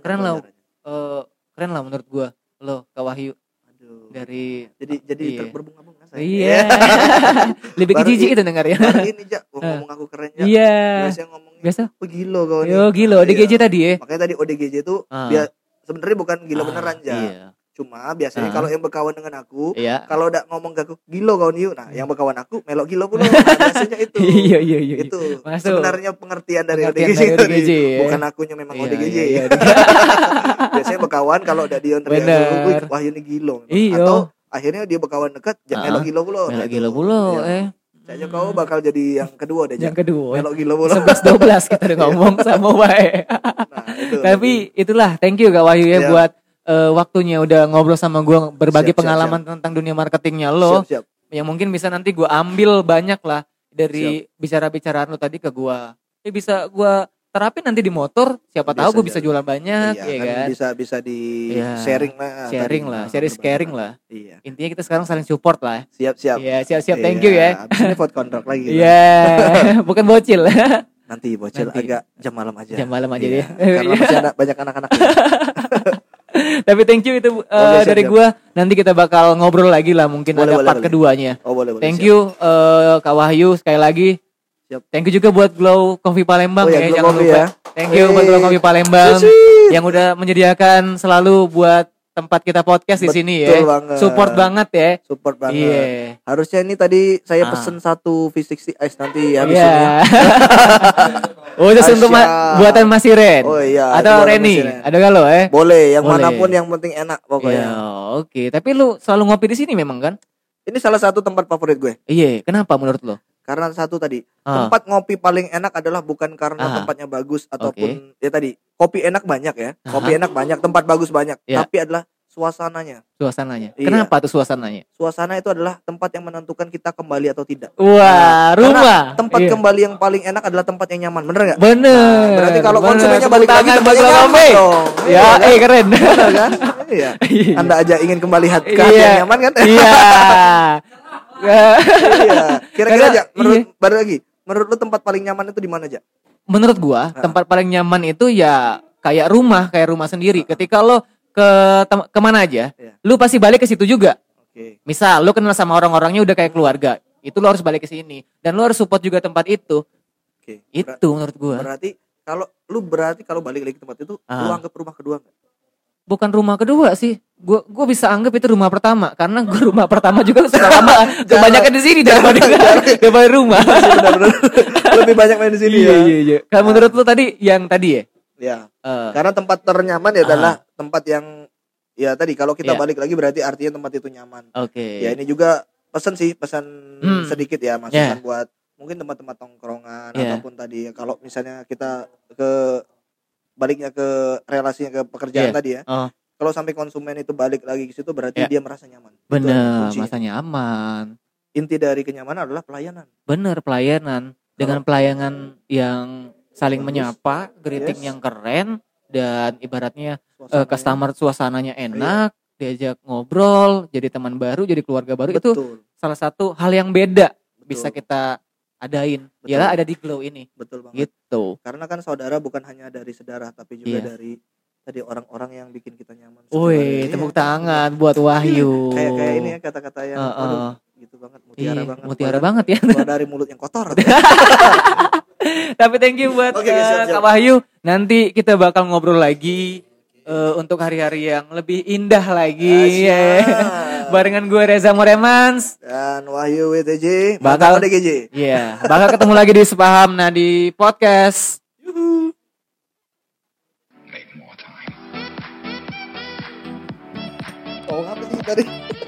Keren lah menurut gua. Lo Kak Wahyu. Aduh. Dari jadi berbunga-bunga saya. Iya. Lebih ke jijik itu dengar ya. Baru ini Jak, ngomong aku keren ya. Iya. Biasanya ngomongnya. Gilo kau nih. Yo gilo ODGJ tadi ya. Makanya tadi ODGJ itu sebenarnya bukan gila beneran Jak. Iya. Cuma biasanya kalau yang berkawan dengan aku, kalau udah ngomong ke aku, gilo kau nih. Nah, yang berkawan aku melok gilo pula. Nah, biasanya itu. Iya. Itu sebenarnya pengertian dari ODGJ tadi. Bukan akunya memang ODGJ. Iya. Biasanya berkawan kalau udah dia teriak, wah ini gilo. Atau akhirnya dia berkawan dekat, melok gilo pula. Melok gilo pula. Kayaknya kau bakal jadi yang kedua deh. Yang kedua. Melok gilo pula. 11-12 kita udah ngomong sama Wae. Tapi itulah, thank you Kak Wahyu ya buat waktunya udah ngobrol sama gue, berbagi pengalaman tentang dunia marketingnya lo. Siap. Yang mungkin bisa nanti gue ambil banyak lah dari bicara-bicaraan lo tadi ke gue. Bisa gue terapin nanti di motor, siapa tahu gue bisa jualan banyak, kan? Bisa di sharing lah. Sharing lah. Iya. Intinya kita sekarang saling support lah. Siap. Iya, siap. Thank you ya. Abis ini vote kontrak lagi. Iya. Bukan bocil. Nanti bocil agak jam malam aja. Deh. Karena masih ada banyak anak-anak. Tapi thank you itu dari gue. Nanti kita bakal ngobrol lagi lah, mungkin ada part keduanya. Boleh. Thank you Kak Wahyu sekali lagi. Siap. Thank you juga buat Glow Coffee Palembang jangan lupa. Ya. Thank you buat Glow Coffee Palembang yang udah menyediakan selalu buat tempat kita podcast di sini ya. Banget. Support banget ya. Iya. Harusnya ini tadi saya pesen satu V60 Ice nanti habis ini. Itu untuk buatan Mas Iren. Oh iya. Atau Reni. Ada gak lo Boleh, yang manapun yang penting enak pokoknya. Oke. Tapi lu selalu ngopi di sini memang kan? Ini salah satu tempat favorit gue. Iya, kenapa menurut lo? Karena satu tadi, tempat ngopi paling enak adalah bukan karena tempatnya bagus ataupun ya tadi, kopi enak banyak ya. Kopi enak banyak, tempat bagus banyak, tapi adalah suasananya. Iya. Kenapa tuh suasananya? Suasana itu adalah tempat yang menentukan kita kembali atau tidak. Wah, rumah. Tempat kembali yang paling enak adalah tempat yang nyaman, bener nggak? Bener. Berarti kalau konsumennya balik lagi tempat yang nyaman dong. Ya, keren. Bener kan? Iya. Anda aja ingin kembali hati yang nyaman kan? Iya. Kira-kira aja menurut lu tempat paling nyaman itu di mana aja? Menurut gua tempat paling nyaman itu ya kayak rumah sendiri. Ketika lo kemana aja, lu pasti balik ke situ juga. Misal lu kenal sama orang-orangnya udah kayak keluarga, itu lo harus balik ke sini dan lo harus support juga tempat itu. Itu menurut gua. Berarti kalau balik lagi ke tempat itu, lu anggap rumah kedua nggak? bukan rumah kedua sih. Gue bisa anggap itu rumah pertama karena gue rumah pertama juga suka lama. Kebanyakan di sini daripada rumah. Benar-benar lebih banyak main di sini ya. Iya. Kalau menurut lu tadi yang tadi ya? Ya. Karena tempat ternyaman ya adalah tempat yang ya tadi kalau kita balik lagi berarti artinya tempat itu nyaman. Oke. Ya ini juga pesan sedikit ya masukan buat mungkin tempat-tempat tongkrongan ataupun tadi ya kalau misalnya kita baliknya ke relasinya ke pekerjaan tadi ya. Kalau sampai konsumen itu balik lagi ke situ berarti dia merasa nyaman. Bener, merasa nyaman. Inti dari kenyamanan adalah pelayanan. Bener, pelayanan. Dengan pelayanan yang saling menyapa, greeting yang keren, dan ibaratnya customer suasananya enak, diajak ngobrol, jadi teman baru, jadi keluarga baru. Betul. Itu salah satu hal yang beda bisa kita adain. Ialah ada di Glow ini. Betul banget. Gitu. Karena kan saudara bukan hanya dari saudara tapi juga dari tadi orang-orang yang bikin kita nyaman. Wih, tepuk tangan buat Wahyu. Kayak ini ya kata-kata yang gitu banget, mutiara banget ya. Keluar dari mulut yang kotor. Tapi thank you buat Kak Wahyu. Nanti kita bakal ngobrol lagi untuk hari-hari yang lebih indah lagi. Barengan gue Reza Moremans dan Wahyu WTJ bakal DGJ. Iya, bakal ketemu lagi di Sepaham Nadi Podcast. Oh, apa sih tadi?